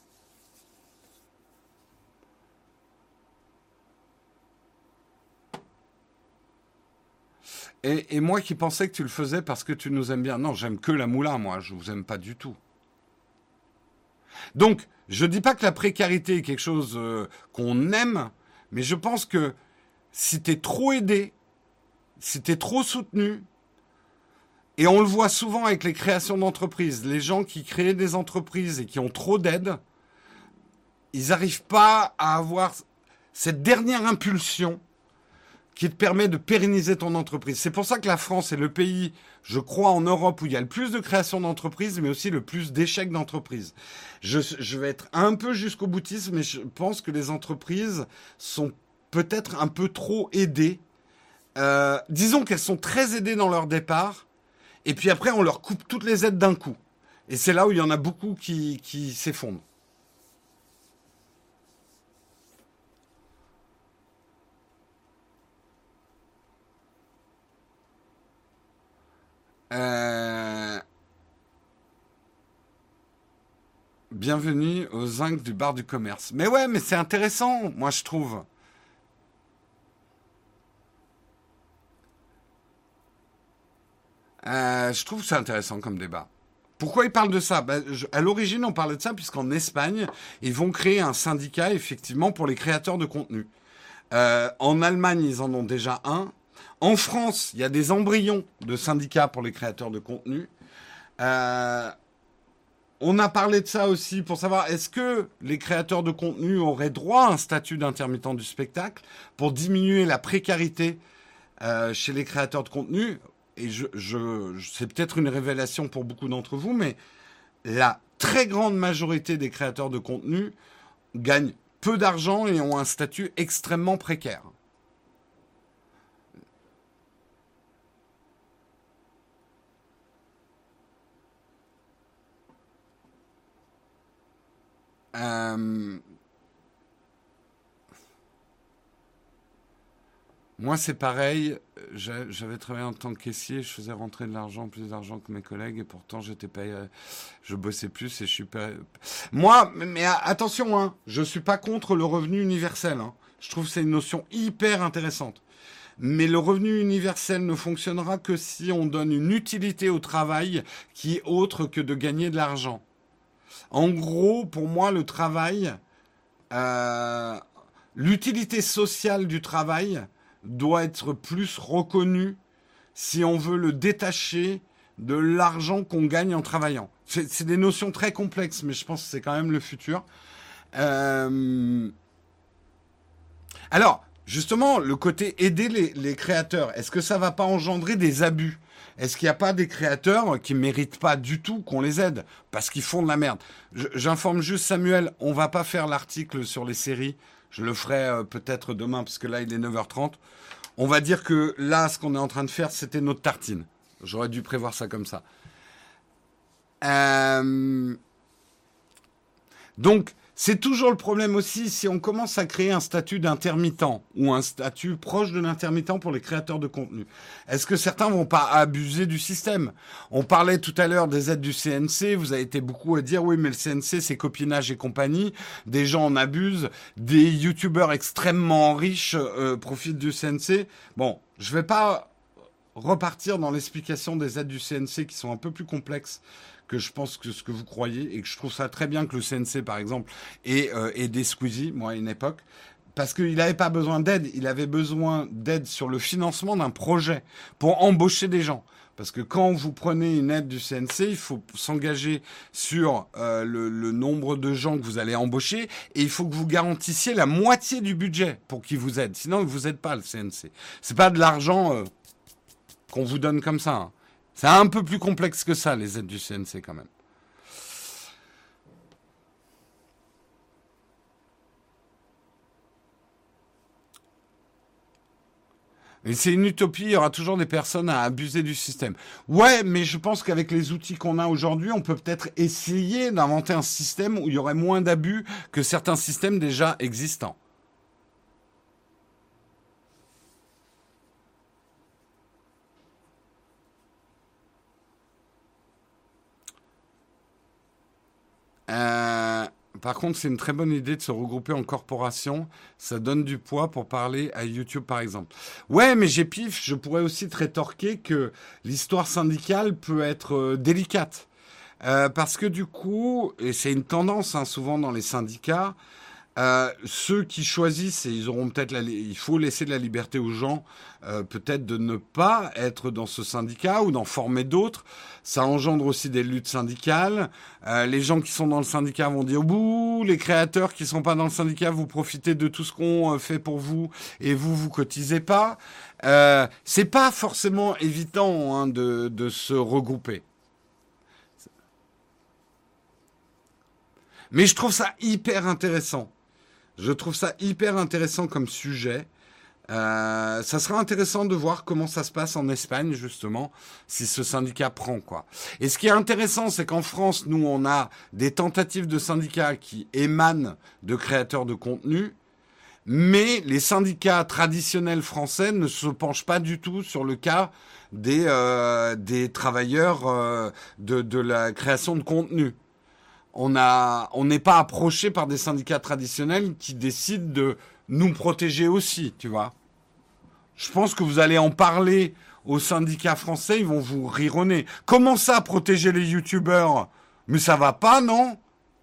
Et, et moi qui pensais que tu le faisais parce que tu nous aimes bien. Non, j'aime que la moula, moi. Je vous aime pas du tout. Donc, je dis pas que la précarité est quelque chose euh, qu'on aime, mais je pense que si t'es trop aidé, si t'es trop soutenu, et on le voit souvent avec les créations d'entreprises, les gens qui créent des entreprises et qui ont trop d'aide, ils n'arrivent pas à avoir cette dernière impulsion qui te permet de pérenniser ton entreprise. C'est pour ça que la France est le pays, je crois, en Europe où il y a le plus de création d'entreprises, mais aussi le plus d'échecs d'entreprises. Je, je vais être un peu jusqu'au boutisme, mais je pense que les entreprises sont peut-être un peu trop aidées. Euh, disons qu'elles sont très aidées dans leur départ, et puis après, on leur coupe toutes les aides d'un coup. Et c'est là où il y en a beaucoup qui, qui s'effondrent. Euh... Bienvenue aux zinc du bar du commerce. Mais ouais, mais c'est intéressant, moi je trouve. Euh, je trouve que c'est intéressant comme débat. Pourquoi ils parlent de ça? Ben, je, à l'origine, on parlait de ça puisqu'en Espagne, ils vont créer un syndicat, effectivement, pour les créateurs de contenu. Euh, en Allemagne, ils en ont déjà un. En France, il y a des embryons de syndicats pour les créateurs de contenu. Euh, on a parlé de ça aussi pour savoir est-ce que les créateurs de contenu auraient droit à un statut d'intermittent du spectacle pour diminuer la précarité euh, chez les créateurs de contenu. Et je, je, c'est peut-être une révélation pour beaucoup d'entre vous, mais la très grande majorité des créateurs de contenu gagnent peu d'argent et ont un statut extrêmement précaire. Euh, Moi, c'est pareil. J'a- J'avais travaillé en tant que caissier. Je faisais rentrer de l'argent, plus d'argent que mes collègues. Et pourtant, j'étais payé. Je bossais plus et je suis pas. Moi, mais mais attention, hein, je suis pas contre le revenu universel. Hein. Je trouve que c'est une notion hyper intéressante. Mais le revenu universel ne fonctionnera que si on donne une utilité au travail qui est autre que de gagner de l'argent. En gros, pour moi, le travail, euh, l'utilité sociale du travail doit être plus reconnue si on veut le détacher de l'argent qu'on gagne en travaillant. C'est, c'est des notions très complexes, mais je pense que c'est quand même le futur. Euh, Alors, justement, le côté aider les, les créateurs, est-ce que ça va pas engendrer des abus? Est-ce qu'il n'y a pas des créateurs qui méritent pas du tout qu'on les aide parce qu'ils font de la merde? Je- J'informe juste Samuel, on va pas faire l'article sur les séries. Je le ferai euh, peut-être demain parce que là il est neuf heures trente. On va dire que là, ce qu'on est en train de faire, c'était notre tartine. J'aurais dû prévoir ça comme ça. Euh, Donc, c'est toujours le problème aussi si on commence à créer un statut d'intermittent ou un statut proche de l'intermittent pour les créateurs de contenu. Est-ce que certains vont pas abuser du système? On parlait tout à l'heure des aides du C N C. Vous avez été beaucoup à dire oui, mais le C N C, c'est copinage et compagnie. Des gens en abusent. Des youtubeurs extrêmement riches euh, profitent du C N C. Bon, je vais pas repartir dans l'explication des aides du C N C qui sont un peu plus complexes que je pense que ce que vous croyez et que je trouve ça très bien que le C N C par exemple ait euh, aidé Squeezie, moi à une époque, parce qu'il n'avait pas besoin d'aide, il avait besoin d'aide sur le financement d'un projet pour embaucher des gens. Parce que quand vous prenez une aide du C N C, il faut s'engager sur euh, le, le nombre de gens que vous allez embaucher et il faut que vous garantissiez la moitié du budget pour qu'il vous aide. Sinon, il ne vous aide pas le C N C. C'est pas de l'argent euh, qu'on vous donne comme ça. Hein. C'est un peu plus complexe que ça, les aides du C N C quand même. Et c'est une utopie, il y aura toujours des personnes à abuser du système. Ouais, mais je pense qu'avec les outils qu'on a aujourd'hui, on peut peut-être essayer d'inventer un système où il y aurait moins d'abus que certains systèmes déjà existants. Euh, Par contre, c'est une très bonne idée de se regrouper en corporation. Ça donne du poids pour parler à YouTube, par exemple. Ouais, mais j'ai pif, je pourrais aussi te rétorquer que l'histoire syndicale peut être euh, délicate. Euh, parce que du coup, et c'est une tendance hein, souvent dans les syndicats, euh, ceux qui choisissent, et ils auront peut-être la, il faut laisser de la liberté aux gens, euh, peut-être de ne pas être dans ce syndicat ou d'en former d'autres. Ça engendre aussi des luttes syndicales. Euh, les gens qui sont dans le syndicat vont dire bouh, les créateurs qui sont pas dans le syndicat, vous profitez de tout ce qu'on euh, fait pour vous et vous vous cotisez pas. Euh, c'est pas forcément évident hein, de, de se regrouper. Mais je trouve ça hyper intéressant. Je trouve ça hyper intéressant comme sujet. Euh, ça sera intéressant de voir comment ça se passe en Espagne, justement, si ce syndicat prend, quoi. Et ce qui est intéressant, c'est qu'en France, nous, on a des tentatives de syndicats qui émanent de créateurs de contenu, mais les syndicats traditionnels français ne se penchent pas du tout sur le cas des, euh, des travailleurs euh, de, de la création de contenu. On a, on n'est pas approché par des syndicats traditionnels qui décident de nous protéger aussi, tu vois. Je pense que vous allez en parler aux syndicats français, ils vont vous rironner. Comment ça, protéger les youtubeurs? Mais ça va pas, non?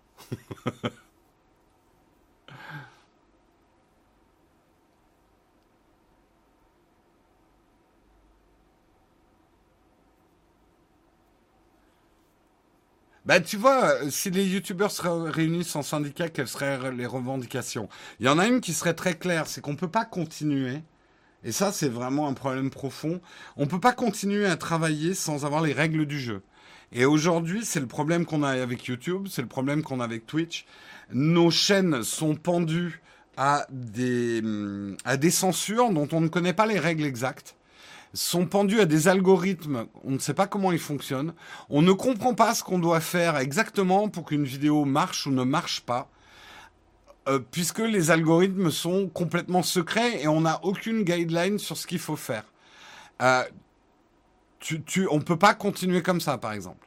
Bah, tu vois, euh, si les youtubeurs se ré- réunissent en syndicat, quelles seraient les revendications? Il y en a une qui serait très claire, c'est qu'on peut pas continuer. Et ça, c'est vraiment un problème profond. On peut pas continuer à travailler sans avoir les règles du jeu. Et aujourd'hui, c'est le problème qu'on a avec YouTube, c'est le problème qu'on a avec Twitch. Nos chaînes sont pendues à des, hum, à des censures dont on ne connaît pas les règles exactes, sont pendues à des algorithmes, on ne sait pas comment ils fonctionnent, on ne comprend pas ce qu'on doit faire exactement pour qu'une vidéo marche ou ne marche pas, euh, puisque les algorithmes sont complètement secrets et on n'a aucune guideline sur ce qu'il faut faire. Euh, tu, tu, on ne peut pas continuer comme ça, par exemple.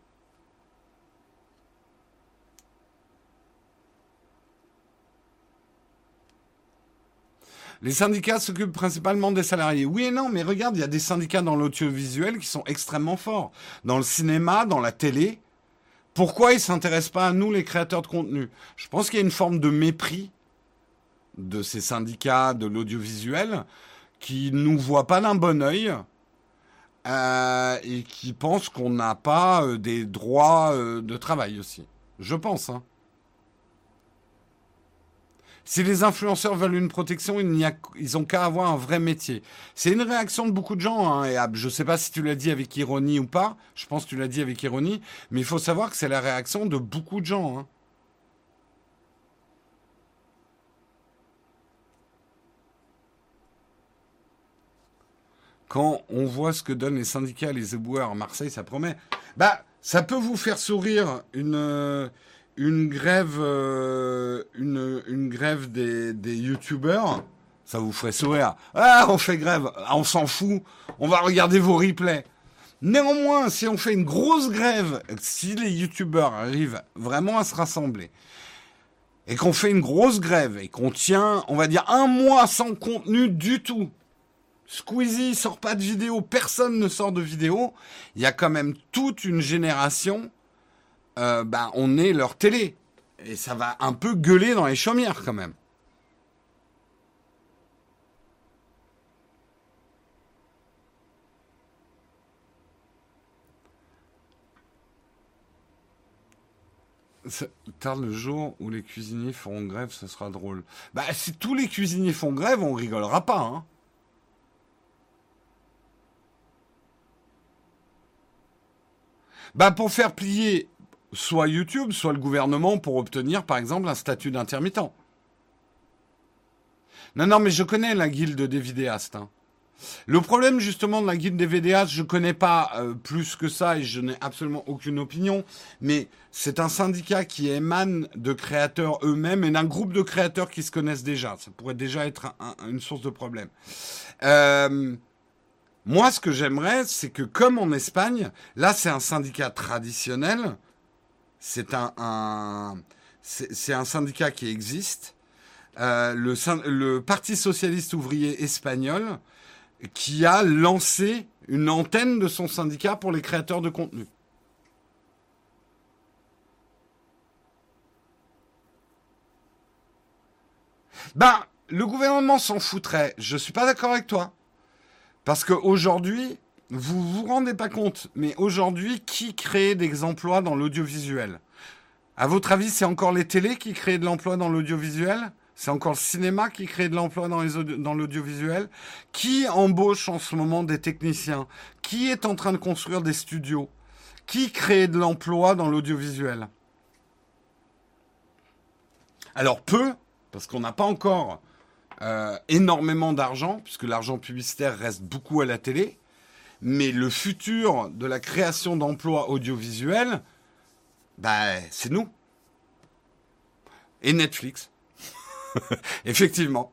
Les syndicats s'occupent principalement des salariés. Oui et non, mais regarde, il y a des syndicats dans l'audiovisuel qui sont extrêmement forts. Dans le cinéma, dans la télé. Pourquoi ils ne s'intéressent pas à nous, les créateurs de contenu? Je pense qu'il y a une forme de mépris de ces syndicats de l'audiovisuel qui ne nous voient pas d'un bon œil euh, et qui pensent qu'on n'a pas euh, des droits euh, de travail aussi. Je pense, hein. Si les influenceurs veulent une protection, il n'y a, ils ont qu'à avoir un vrai métier. C'est une réaction de beaucoup de gens. Hein, et je ne sais pas si tu l'as dit avec ironie ou pas. Je pense que tu l'as dit avec ironie. Mais il faut savoir que c'est la réaction de beaucoup de gens. Hein. Quand on voit ce que donnent les syndicats, les éboueurs à Marseille, ça promet. Bah, ça peut vous faire sourire une... Euh, une grève, euh, une, une grève des, des youtubeurs, ça vous ferait sourire. Ah, on fait grève, ah, on s'en fout, on va regarder vos replays. Néanmoins, si on fait une grosse grève, si les youtubeurs arrivent vraiment à se rassembler, et qu'on fait une grosse grève, et qu'on tient, on va dire, un mois sans contenu du tout, Squeezie sort pas de vidéo, personne ne sort de vidéo, il y a quand même toute une génération... Euh, bah, on est leur télé. Et ça va un peu gueuler dans les chaumières quand même. Tard le jour où les cuisiniers feront grève, ce sera drôle. Bah, si tous les cuisiniers font grève, on rigolera pas, hein. Bah, pour faire plier soit YouTube, soit le gouvernement pour obtenir, par exemple, un statut d'intermittent. Non, non, mais je connais la guilde des vidéastes. Hein. Le problème, justement, de la guilde des vidéastes, je ne connais pas euh, plus que ça et je n'ai absolument aucune opinion, mais c'est un syndicat qui émane de créateurs eux-mêmes et d'un groupe de créateurs qui se connaissent déjà. Ça pourrait déjà être un, un, une source de problème. Euh... Moi, ce que j'aimerais, c'est que, comme en Espagne, là, c'est un syndicat traditionnel, c'est un, un c'est, c'est un syndicat qui existe, euh, le, le Parti socialiste ouvrier espagnol, qui a lancé une antenne de son syndicat pour les créateurs de contenu. Ben, le gouvernement s'en foutrait. Je suis pas d'accord avec toi. Parce qu'aujourd'hui, vous vous rendez pas compte, mais aujourd'hui, qui crée des emplois dans l'audiovisuel? À votre avis, c'est encore les télés qui créent de l'emploi dans l'audiovisuel? C'est encore le cinéma qui crée de l'emploi dans, les audio- dans l'audiovisuel? Qui embauche en ce moment des techniciens? Qui est en train de construire des studios? Qui crée de l'emploi dans l'audiovisuel? Alors peu, parce qu'on n'a pas encore... Euh, énormément d'argent, puisque l'argent publicitaire reste beaucoup à la télé, mais le futur de la création d'emplois audiovisuels, bah, c'est nous. Et Netflix. Effectivement.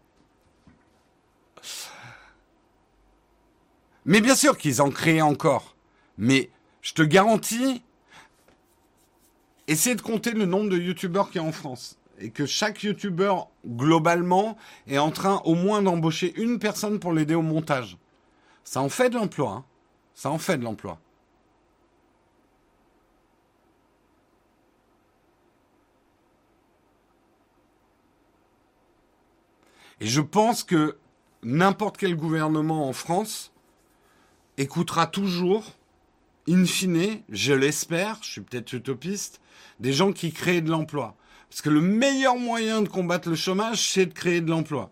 Mais bien sûr qu'ils en créent encore. Mais je te garantis, essaie de compter le nombre de youtubeurs qu'il y a en France. Et que chaque youtubeur, globalement, est en train au moins d'embaucher une personne pour l'aider au montage. Ça en fait de l'emploi. Hein. Ça en fait de l'emploi. Et je pense que n'importe quel gouvernement en France écoutera toujours, in fine, je l'espère, je suis peut-être utopiste, des gens qui créent de l'emploi. Parce que le meilleur moyen de combattre le chômage, c'est de créer de l'emploi.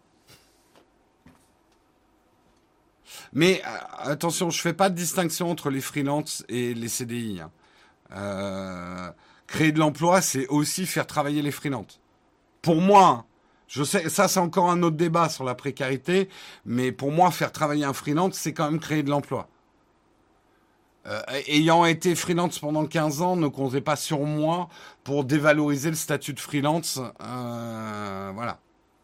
Mais attention, je ne fais pas de distinction entre les freelances et les C D I. Hein. Euh, créer de l'emploi, c'est aussi faire travailler les freelances. Pour moi, je sais, ça c'est encore un autre débat sur la précarité, mais pour moi, faire travailler un freelance, c'est quand même créer de l'emploi. Euh, ayant été freelance pendant quinze ans, ne comptez pas sur moi pour dévaloriser le statut de freelance. Euh, voilà.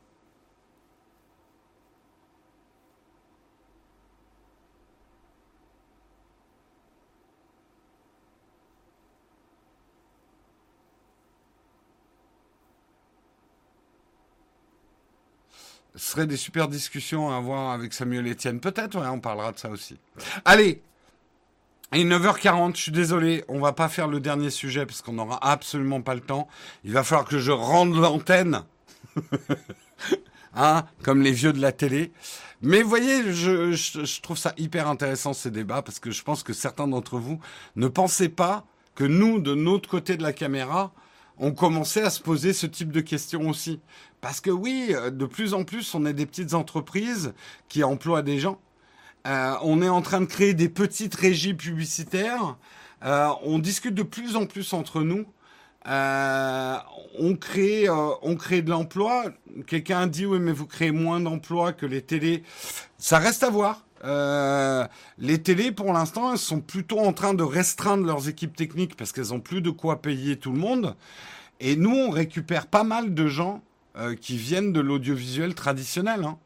Ce serait des super discussions à avoir avec Samuel Etienne. Peut-être, ouais, on parlera de ça aussi. Allez, il est neuf heures quarante, je suis désolé, on va pas faire le dernier sujet parce qu'on n'aura absolument pas le temps. Il va falloir que je rende l'antenne, hein, comme les vieux de la télé. Mais vous voyez, je, je, je trouve ça hyper intéressant ces débats parce que je pense que certains d'entre vous ne pensaient pas que nous, de notre côté de la caméra, on commençait à se poser ce type de questions aussi. Parce que oui, de plus en plus, on est des petites entreprises qui emploient des gens. Euh, on est en train de créer des petites régies publicitaires. Euh, on discute de plus en plus entre nous. Euh, on crée, euh, on crée de l'emploi. Quelqu'un dit oui, mais vous créez moins d'emplois que les télés. Ça reste à voir. Euh, les télés, pour l'instant, elles sont plutôt en train de restreindre leurs équipes techniques parce qu'elles ont plus de quoi payer tout le monde. Et nous, on récupère pas mal de gens euh, qui viennent de l'audiovisuel traditionnel. Hein.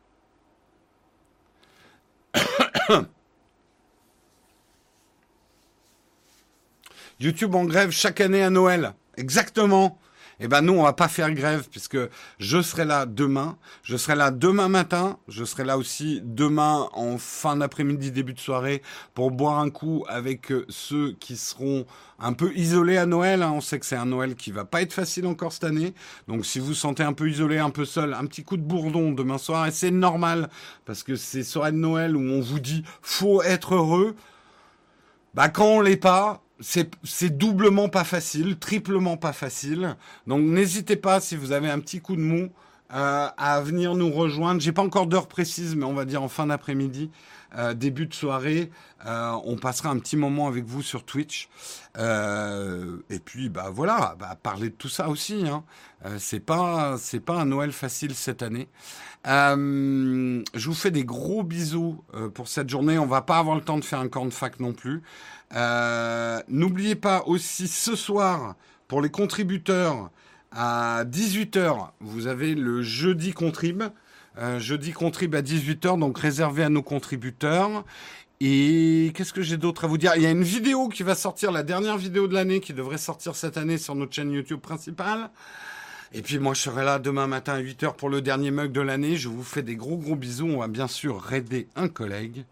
YouTube en grève chaque année à Noël. Exactement. Eh ben nous, on va pas faire grève puisque je serai là demain. Je serai là demain matin. Je serai là aussi demain en fin d'après-midi, début de soirée pour boire un coup avec ceux qui seront un peu isolés à Noël. On sait que c'est un Noël qui va pas être facile encore cette année. Donc si vous vous sentez un peu isolé, un peu seul, un petit coup de bourdon demain soir, et c'est normal parce que c'est soirée de Noël où on vous dit faut être heureux. Bah quand on l'est pas, c'est, c'est doublement pas facile, triplement pas facile. Donc n'hésitez pas si vous avez un petit coup de mou euh, à venir nous rejoindre. J'ai pas encore d'heure précise, mais on va dire en fin d'après-midi, euh, début de soirée, euh, on passera un petit moment avec vous sur Twitch. Euh, et puis bah voilà, bah, parler de tout ça aussi. Hein. Euh, c'est pas c'est pas un Noël facile cette année. Euh, je vous fais des gros bisous euh, pour cette journée. On va pas avoir le temps de faire un camp de fac non plus. Euh, n'oubliez pas aussi ce soir, pour les contributeurs, à dix-huit heures, vous avez le jeudi contrib. Euh, jeudi contrib à dix-huit heures, donc réservé à nos contributeurs. Et qu'est-ce que j'ai d'autre à vous dire? Il y a une vidéo qui va sortir, la dernière vidéo de l'année, qui devrait sortir cette année sur notre chaîne YouTube principale. Et puis moi, je serai là demain matin à huit heures pour le dernier mug de l'année. Je vous fais des gros gros bisous. On va bien sûr raider un collègue.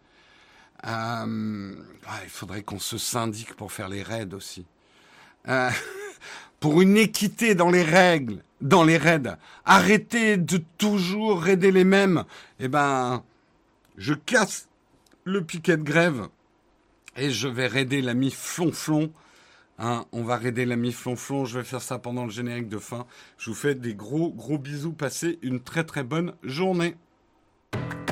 Euh, ah, il faudrait qu'on se syndique pour faire les raids aussi. Euh, pour une équité dans les règles, dans les raids. Arrêtez de toujours raider les mêmes. Eh ben, je casse le piquet de grève et je vais raider l'ami Flonflon. Hein, on va raider l'ami Flonflon. Je vais faire ça pendant le générique de fin. Je vous fais des gros gros bisous. Passez une très très bonne journée.